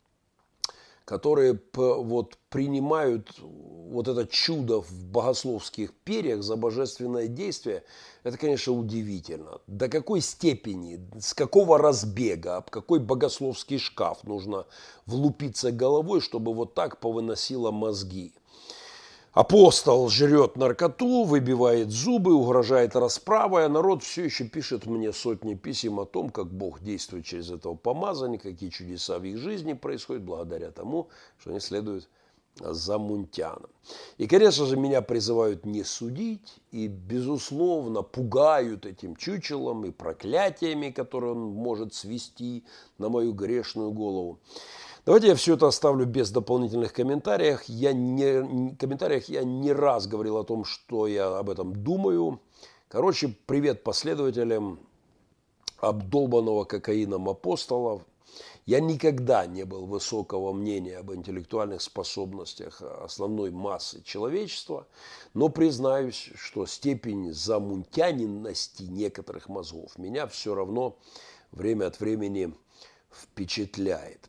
которые вот принимают вот это чудо в богословских перьях за божественное действие, это, конечно, удивительно. До какой степени, с какого разбега, об какой богословский шкаф нужно влупиться головой, чтобы вот так повыносило мозги. Апостол жрет наркоту, выбивает зубы, угрожает расправой, а народ все еще пишет мне сотни писем о том, как Бог действует через этого помазанника, какие чудеса в их жизни происходят благодаря тому, что они следуют за Мунтяном. И, конечно же, меня призывают не судить и, безусловно, пугают этим чучелом и проклятиями, которые он может свести на мою грешную голову. Давайте я все это оставлю без дополнительных комментариев. Я не, комментариях я не раз говорил о том, что я об этом думаю. Короче, привет последователям обдолбанного кокаином апостола. Я никогда не был высокого мнения об интеллектуальных способностях основной массы человечества, но признаюсь, что степень замунтяненности некоторых мозгов меня все равно время от времени впечатляет.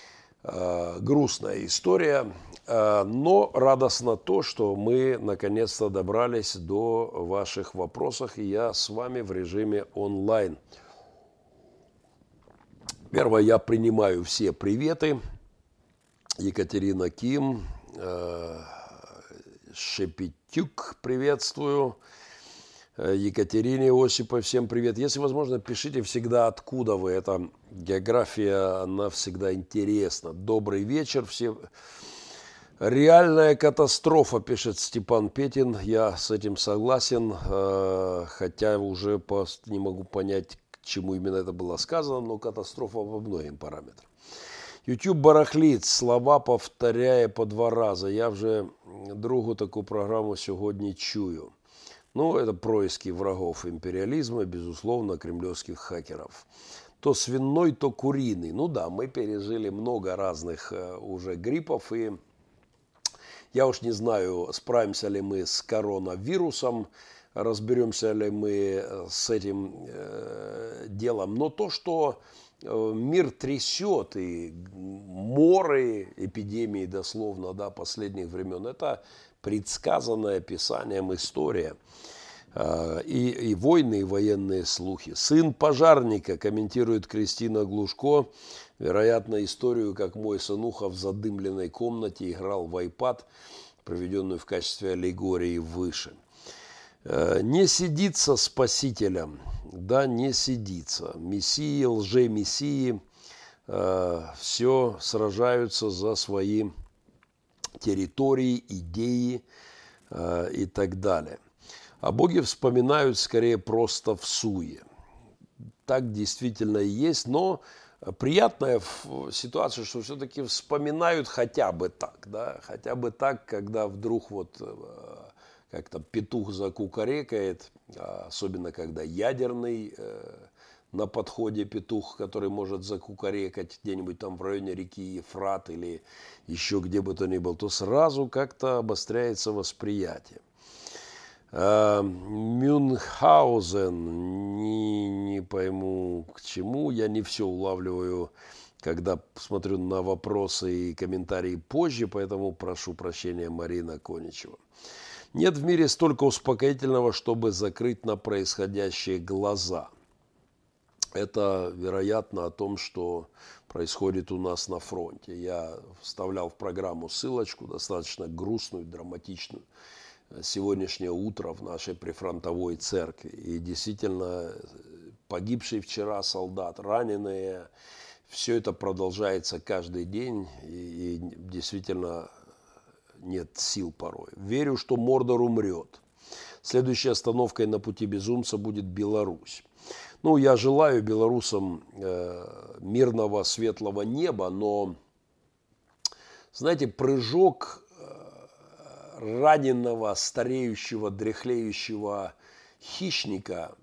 Грустная история, но радостно то, что мы наконец-то добрались до ваших вопросов, и я с вами в режиме онлайн. Первое, я принимаю все приветы. Екатерина Ким, Шепетюк, приветствую. Екатерине Осипов, всем привет. Если возможно, пишите всегда, откуда вы. Это география, она всегда интересна. Добрый вечер всем. Реальная катастрофа, пишет Степан Петин. Я с этим согласен, хотя уже не могу понять, к чему именно это было сказано, но катастрофа по многим параметрам. YouTube барахлит, слова повторяя по два раза. Я вже другу таку программу сьогодні чую. Ну, это происки врагов империализма, безусловно, кремлевских хакеров. То свиной, то куриный. Ну да, мы пережили много разных э, уже гриппов, и я уж не знаю, справимся ли мы с коронавирусом, разберемся ли мы с этим э, делом. Но то, что э, мир трясет, и моры, эпидемии, дословно, да, последних времен, это предсказанная писанием история. И, и войны, и военные слухи. Сын пожарника, комментирует Кристина Глушко, вероятно, историю, как мой сынуха в задымленной комнате играл в iPad, проведенную в качестве аллегории выше. Не сидится спасителям, да, не сидится. Мессии, лже-мессии все сражаются за свои территории, идеи и так далее. А боги вспоминают скорее просто в суе. Так действительно и есть, но приятная ситуация, что все-таки вспоминают хотя бы так, да, хотя бы так, когда вдруг вот как-то петух закукарекает, особенно когда ядерный на подходе петух, который может закукарекать где-нибудь там в районе реки Ефрат или еще где бы то ни было, то сразу как-то обостряется восприятие. Мюнхгаузен, не, не пойму к чему, я не все улавливаю, когда смотрю на вопросы и комментарии позже, поэтому прошу прощения, Марина Коничева. Нет в мире столько успокоительного, чтобы закрыть на происходящее глаза. Это, вероятно, о том, что происходит у нас на фронте. Я вставлял в программу ссылочку, достаточно грустную, драматичную, сегодняшнее утро в нашей прифронтовой церкви. И действительно, погибший вчера солдат, раненые, все это продолжается каждый день, и, и действительно нет сил порой. Верю, что Мордор умрет. Следующей остановкой на пути безумца будет Беларусь. Ну, я желаю белорусам э, мирного, светлого неба, но, знаете, прыжок э, раненого, стареющего, дряхлеющего хищника,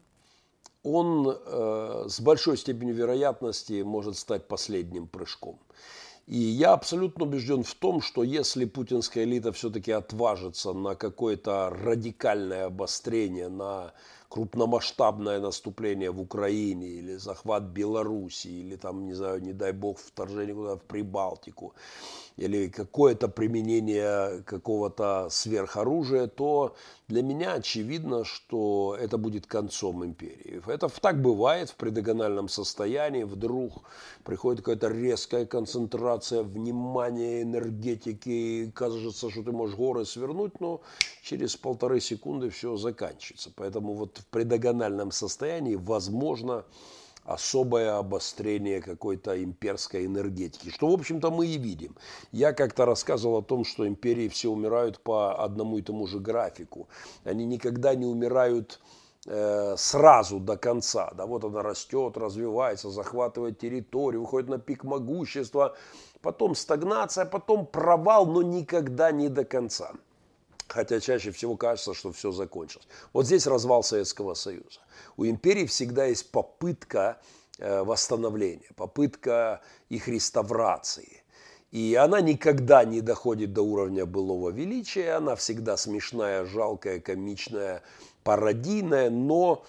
он э, с большой степенью вероятности может стать последним прыжком. И я абсолютно убежден в том, что если путинская элита все-таки отважится на какое-то радикальное обострение, на крупномасштабное наступление в Украине или захват Беларуси, или там, не знаю, не дай бог, вторжение куда-то в Прибалтику, или какое-то применение какого-то сверхоружия, то для меня очевидно, что это будет концом империи. Это так бывает в предагональном состоянии, вдруг приходит какая-то резкая концентрация внимания, энергетики, кажется, что ты можешь горы свернуть, но через полторы секунды все заканчивается. Поэтому вот в предагональном состоянии возможно особое обострение какой-то имперской энергетики, что, в общем-то, мы и видим. Я как-то рассказывал о том, что империи все умирают по одному и тому же графику. Они никогда не умирают э, сразу до конца. Да, вот она растет, развивается, захватывает территорию, выходит на пик могущества, потом стагнация, потом провал, но никогда не до конца. Хотя чаще всего кажется, что все закончилось. Вот здесь развал Советского Союза. У империи всегда есть попытка восстановления, попытка их реставрации. И она никогда не доходит до уровня былого величия. Она всегда смешная, жалкая, комичная, пародийная. Но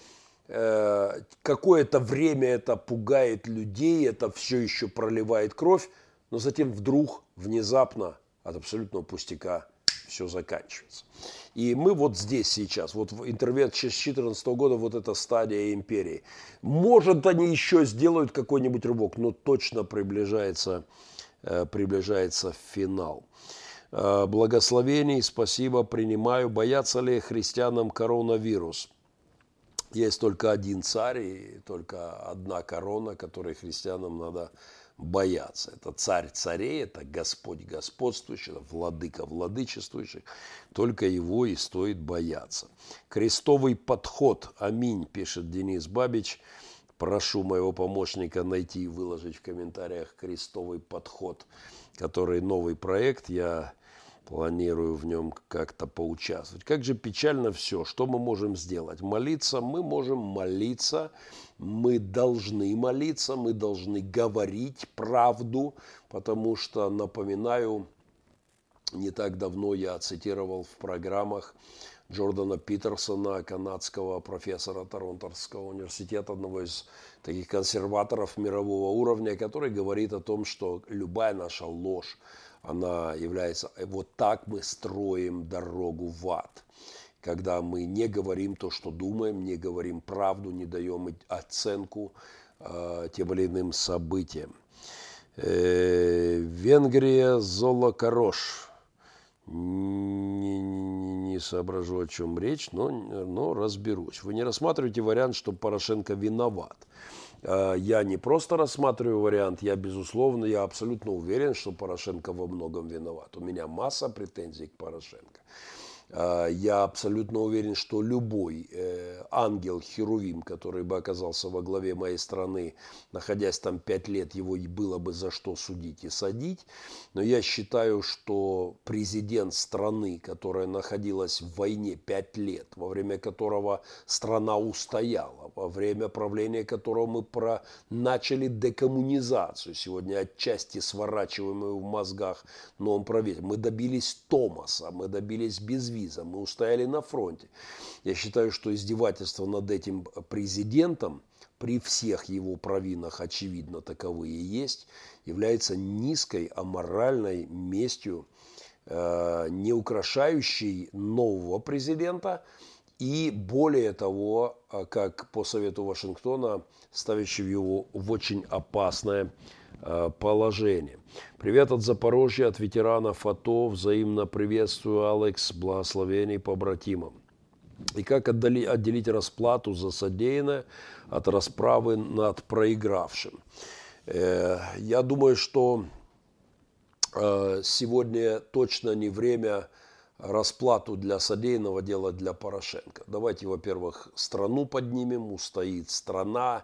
э, какое-то время это пугает людей, это все еще проливает кровь. Но затем вдруг, внезапно, от абсолютного пустяка, все заканчивается. И мы вот здесь сейчас, вот в интервью с две тысячи четырнадцатого года, вот эта стадия империи. Может, они еще сделают какой-нибудь рывок, но точно приближается, приближается финал. Благословений, спасибо, принимаю. Боятся ли христианам коронавирус? Есть только один царь и только одна корона, которой христианам надо бояться. Это царь царей, это Господь господствующий, это владыка владычествующих. Только его и стоит бояться. Крестовый подход. Аминь, пишет Денис Бабич. Прошу моего помощника найти и выложить в комментариях крестовый подход, который новый проект. Я планирую в нем как-то поучаствовать. Как же печально все. Что мы можем сделать? Молиться? Мы можем молиться. Мы должны молиться. Мы должны говорить правду. Потому что, напоминаю, не так давно я цитировал в программах Джордана Питерсона, канадского профессора Торонтовского университета, одного из таких консерваторов мирового уровня, который говорит о том, что любая наша ложь, она является, вот так мы строим дорогу в ад. Когда мы не говорим то, что думаем, не говорим правду, не даем оценку э, тем или иным событиям. Э, Венгрия, Золокорош. Не, не, не соображу, о чем речь, но, но разберусь. Вы не рассматриваете вариант, что Порошенко виноват. Я не просто рассматриваю вариант, я, безусловно, я абсолютно уверен, что Порошенко во многом виноват. У меня масса претензий к Порошенко. Я абсолютно уверен, что любой э, ангел Херувим, который бы оказался во главе моей страны, находясь там пять лет, его было бы за что судить и садить. Но я считаю, что президент страны, которая находилась в войне пять лет, во время которого страна устояла, во время правления которого мы про... начали декоммунизацию, сегодня отчасти сворачиваемую в мозгах новым правительством, мы добились Томаса, мы добились безвиза. Мы устояли на фронте. Я считаю, что издевательство над этим президентом, при всех его провинах, очевидно, таковые есть, является низкой аморальной местью, э, не украшающей нового президента и, более того, как по совету Вашингтона, ставящей его в очень опасное положение. Привет от Запорожья, от ветеранов АТО. Взаимно приветствую, Алекс. Благословений побратимам. И как отдали, отделить расплату за содеянное от расправы над проигравшим? Я думаю, что сегодня точно не время расплату для содеянного делать для Порошенко. Давайте, во-первых, страну поднимем, устоит страна,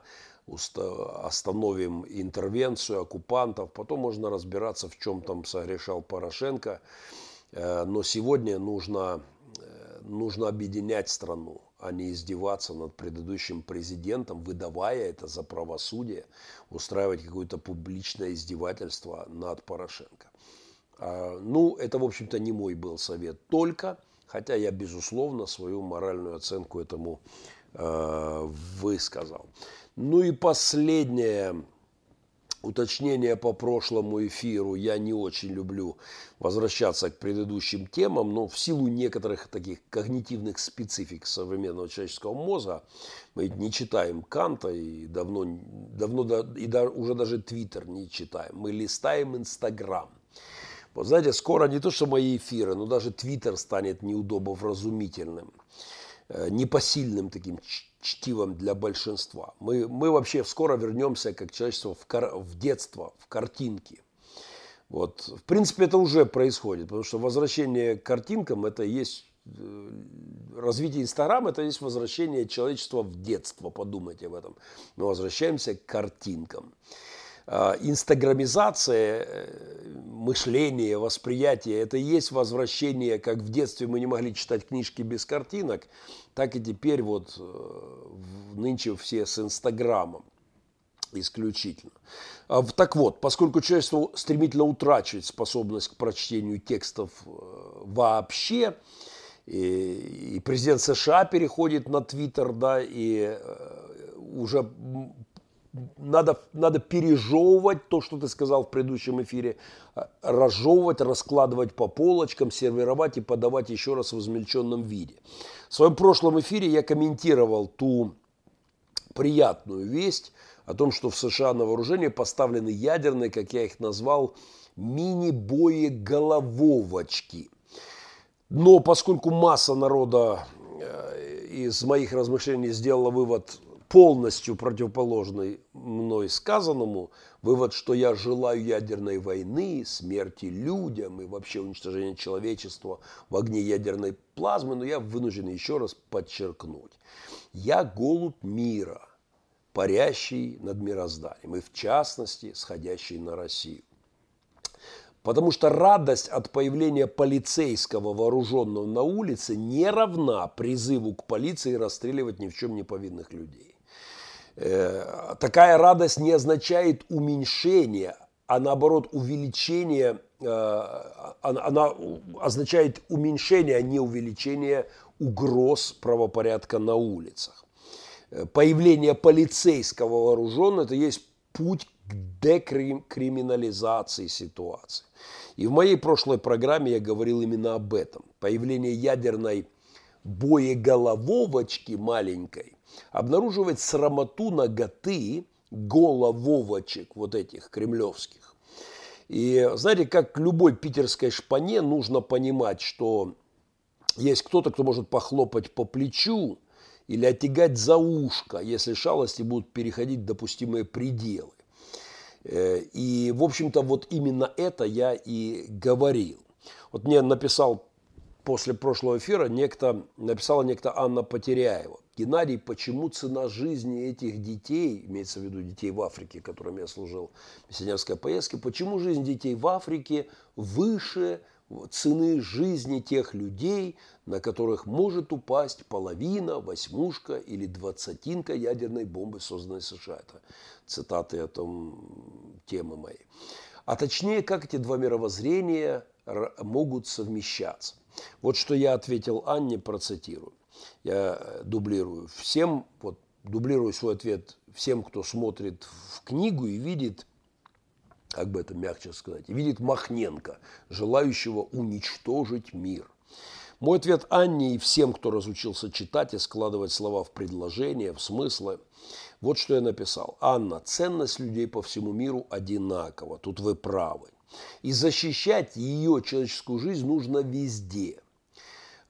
остановим интервенцию оккупантов, потом можно разбираться, в чем там согрешал Порошенко. Но сегодня нужно, нужно объединять страну, а не издеваться над предыдущим президентом, выдавая это за правосудие, устраивать какое-то публичное издевательство над Порошенко. Ну, это, в общем-то, не мой был совет только, хотя я, безусловно, свою моральную оценку этому э, высказал. Ну и последнее уточнение по прошлому эфиру. Я не очень люблю возвращаться к предыдущим темам, но в силу некоторых таких когнитивных специфик современного человеческого мозга, мы ведь не читаем Канта и давно, давно и да, уже даже Твиттер не читаем, мы листаем Инстаграм. Вот знаете, скоро не то, что мои эфиры, но даже Твиттер станет неудобовразумительным, непосильным таким чтивом для большинства. Мы, мы вообще скоро вернемся, как человечество, в, кар... в детство, в картинки. Вот. В принципе, это уже происходит, потому что возвращение к картинкам, это и есть развитие Инстаграма, это и есть возвращение человечества в детство, подумайте об этом. Мы возвращаемся к картинкам. Инстаграмизация мышления, восприятия, это и есть возвращение, как в детстве мы не могли читать книжки без картинок, так и теперь вот нынче все с Инстаграмом исключительно. Так вот, поскольку человечество стремительно утрачивает способность к прочтению текстов вообще, и, и президент США переходит на Твиттер, да, и уже Надо, надо пережевывать то, что ты сказал в предыдущем эфире, разжевывать, раскладывать по полочкам, сервировать и подавать еще раз в измельченном виде. В своем прошлом эфире я комментировал ту приятную весть о том, что в США на вооружение поставлены ядерные, как я их назвал, мини-боеголововочки. Но поскольку масса народа из моих размышлений сделала вывод полностью противоположный мной сказанному, вывод, что я желаю ядерной войны, смерти людям и вообще уничтожения человечества в огне ядерной плазмы, но я вынужден еще раз подчеркнуть. Я голубь мира, парящий над мирозданием, и в частности, сходящий на Россию. Потому что радость от появления полицейского вооруженного на улице не равна призыву к полиции расстреливать ни в чем не повинных людей. Такая радость не означает уменьшение, а наоборот увеличение, она означает уменьшение, а не увеличение угроз правопорядка на улицах. Появление полицейского вооруженного – это есть путь к декриминализации ситуации. И в моей прошлой программе я говорил именно об этом. Появление ядерной боеголововочки маленькой обнаруживает срамоту наготы голововочек вот этих кремлевских. И знаете, как любой питерской шпане нужно понимать, что есть кто-то, кто может похлопать по плечу или оттягать за ушко, если шалости будут переходить допустимые пределы. И, в общем-то, вот именно это я и говорил. Вот мне написал после прошлого эфира, некто, написала некто Анна Потеряева. Геннадий, почему цена жизни этих детей, имеется в виду детей в Африке, которым я служил в миссионерской поездке, почему жизнь детей в Африке выше цены жизни тех людей, на которых может упасть половина, восьмушка или двадцатинка ядерной бомбы, созданной США. Это цитаты о том темы моей. А точнее, как эти два мировоззрения могут совмещаться. Вот что я ответил Анне, процитирую. Я дублирую всем, вот дублирую свой ответ всем, кто смотрит в книгу и видит, как бы это мягче сказать, видит Махненко, желающего уничтожить мир. Мой ответ Анне и всем, кто разучился читать и складывать слова в предложения, в смыслы, вот что я написал. Анна, ценность людей по всему миру одинакова, тут вы правы. И защищать ее человеческую жизнь нужно везде.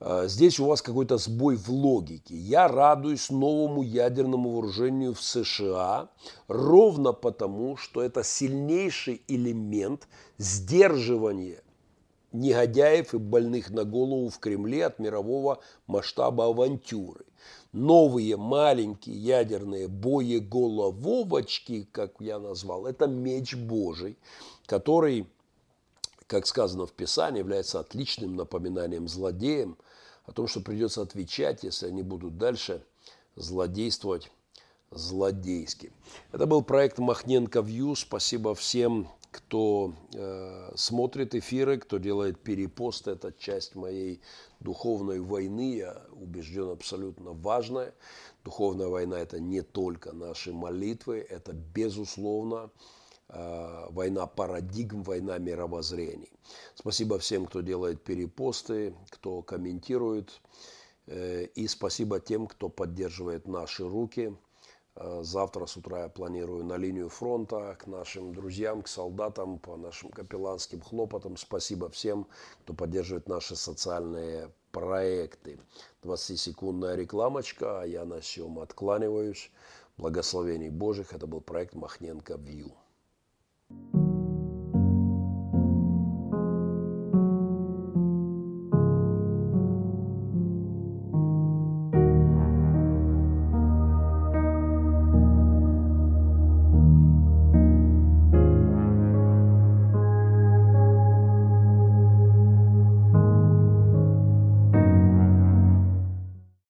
Здесь у вас какой-то сбой в логике. Я радуюсь новому ядерному вооружению в США ровно потому, что это сильнейший элемент сдерживания негодяев и больных на голову в Кремле от мирового масштаба авантюры. Новые маленькие ядерные боеголововочки, как я назвал, это меч Божий, который, как сказано в Писании, является отличным напоминанием злодеям о том, что придется отвечать, если они будут дальше злодействовать злодейски. Это был проект Махненко View. Спасибо всем, кто э, смотрит эфиры, кто делает перепосты. Это часть моей духовной войны. Я убежден, абсолютно важная. Духовная война – это не только наши молитвы, это, безусловно, э, война парадигм, война мировоззрений. Спасибо всем, кто делает перепосты, кто комментирует. Э, и спасибо тем, кто поддерживает наши руки. Завтра с утра я планирую на линию фронта к нашим друзьям, к солдатам, по нашим капелланским хлопотам. Спасибо всем, кто поддерживает наши социальные проекты. двадцатисекундная рекламочка, а я на всем откланиваюсь. Благословений Божьих. Это был проект Махненко View.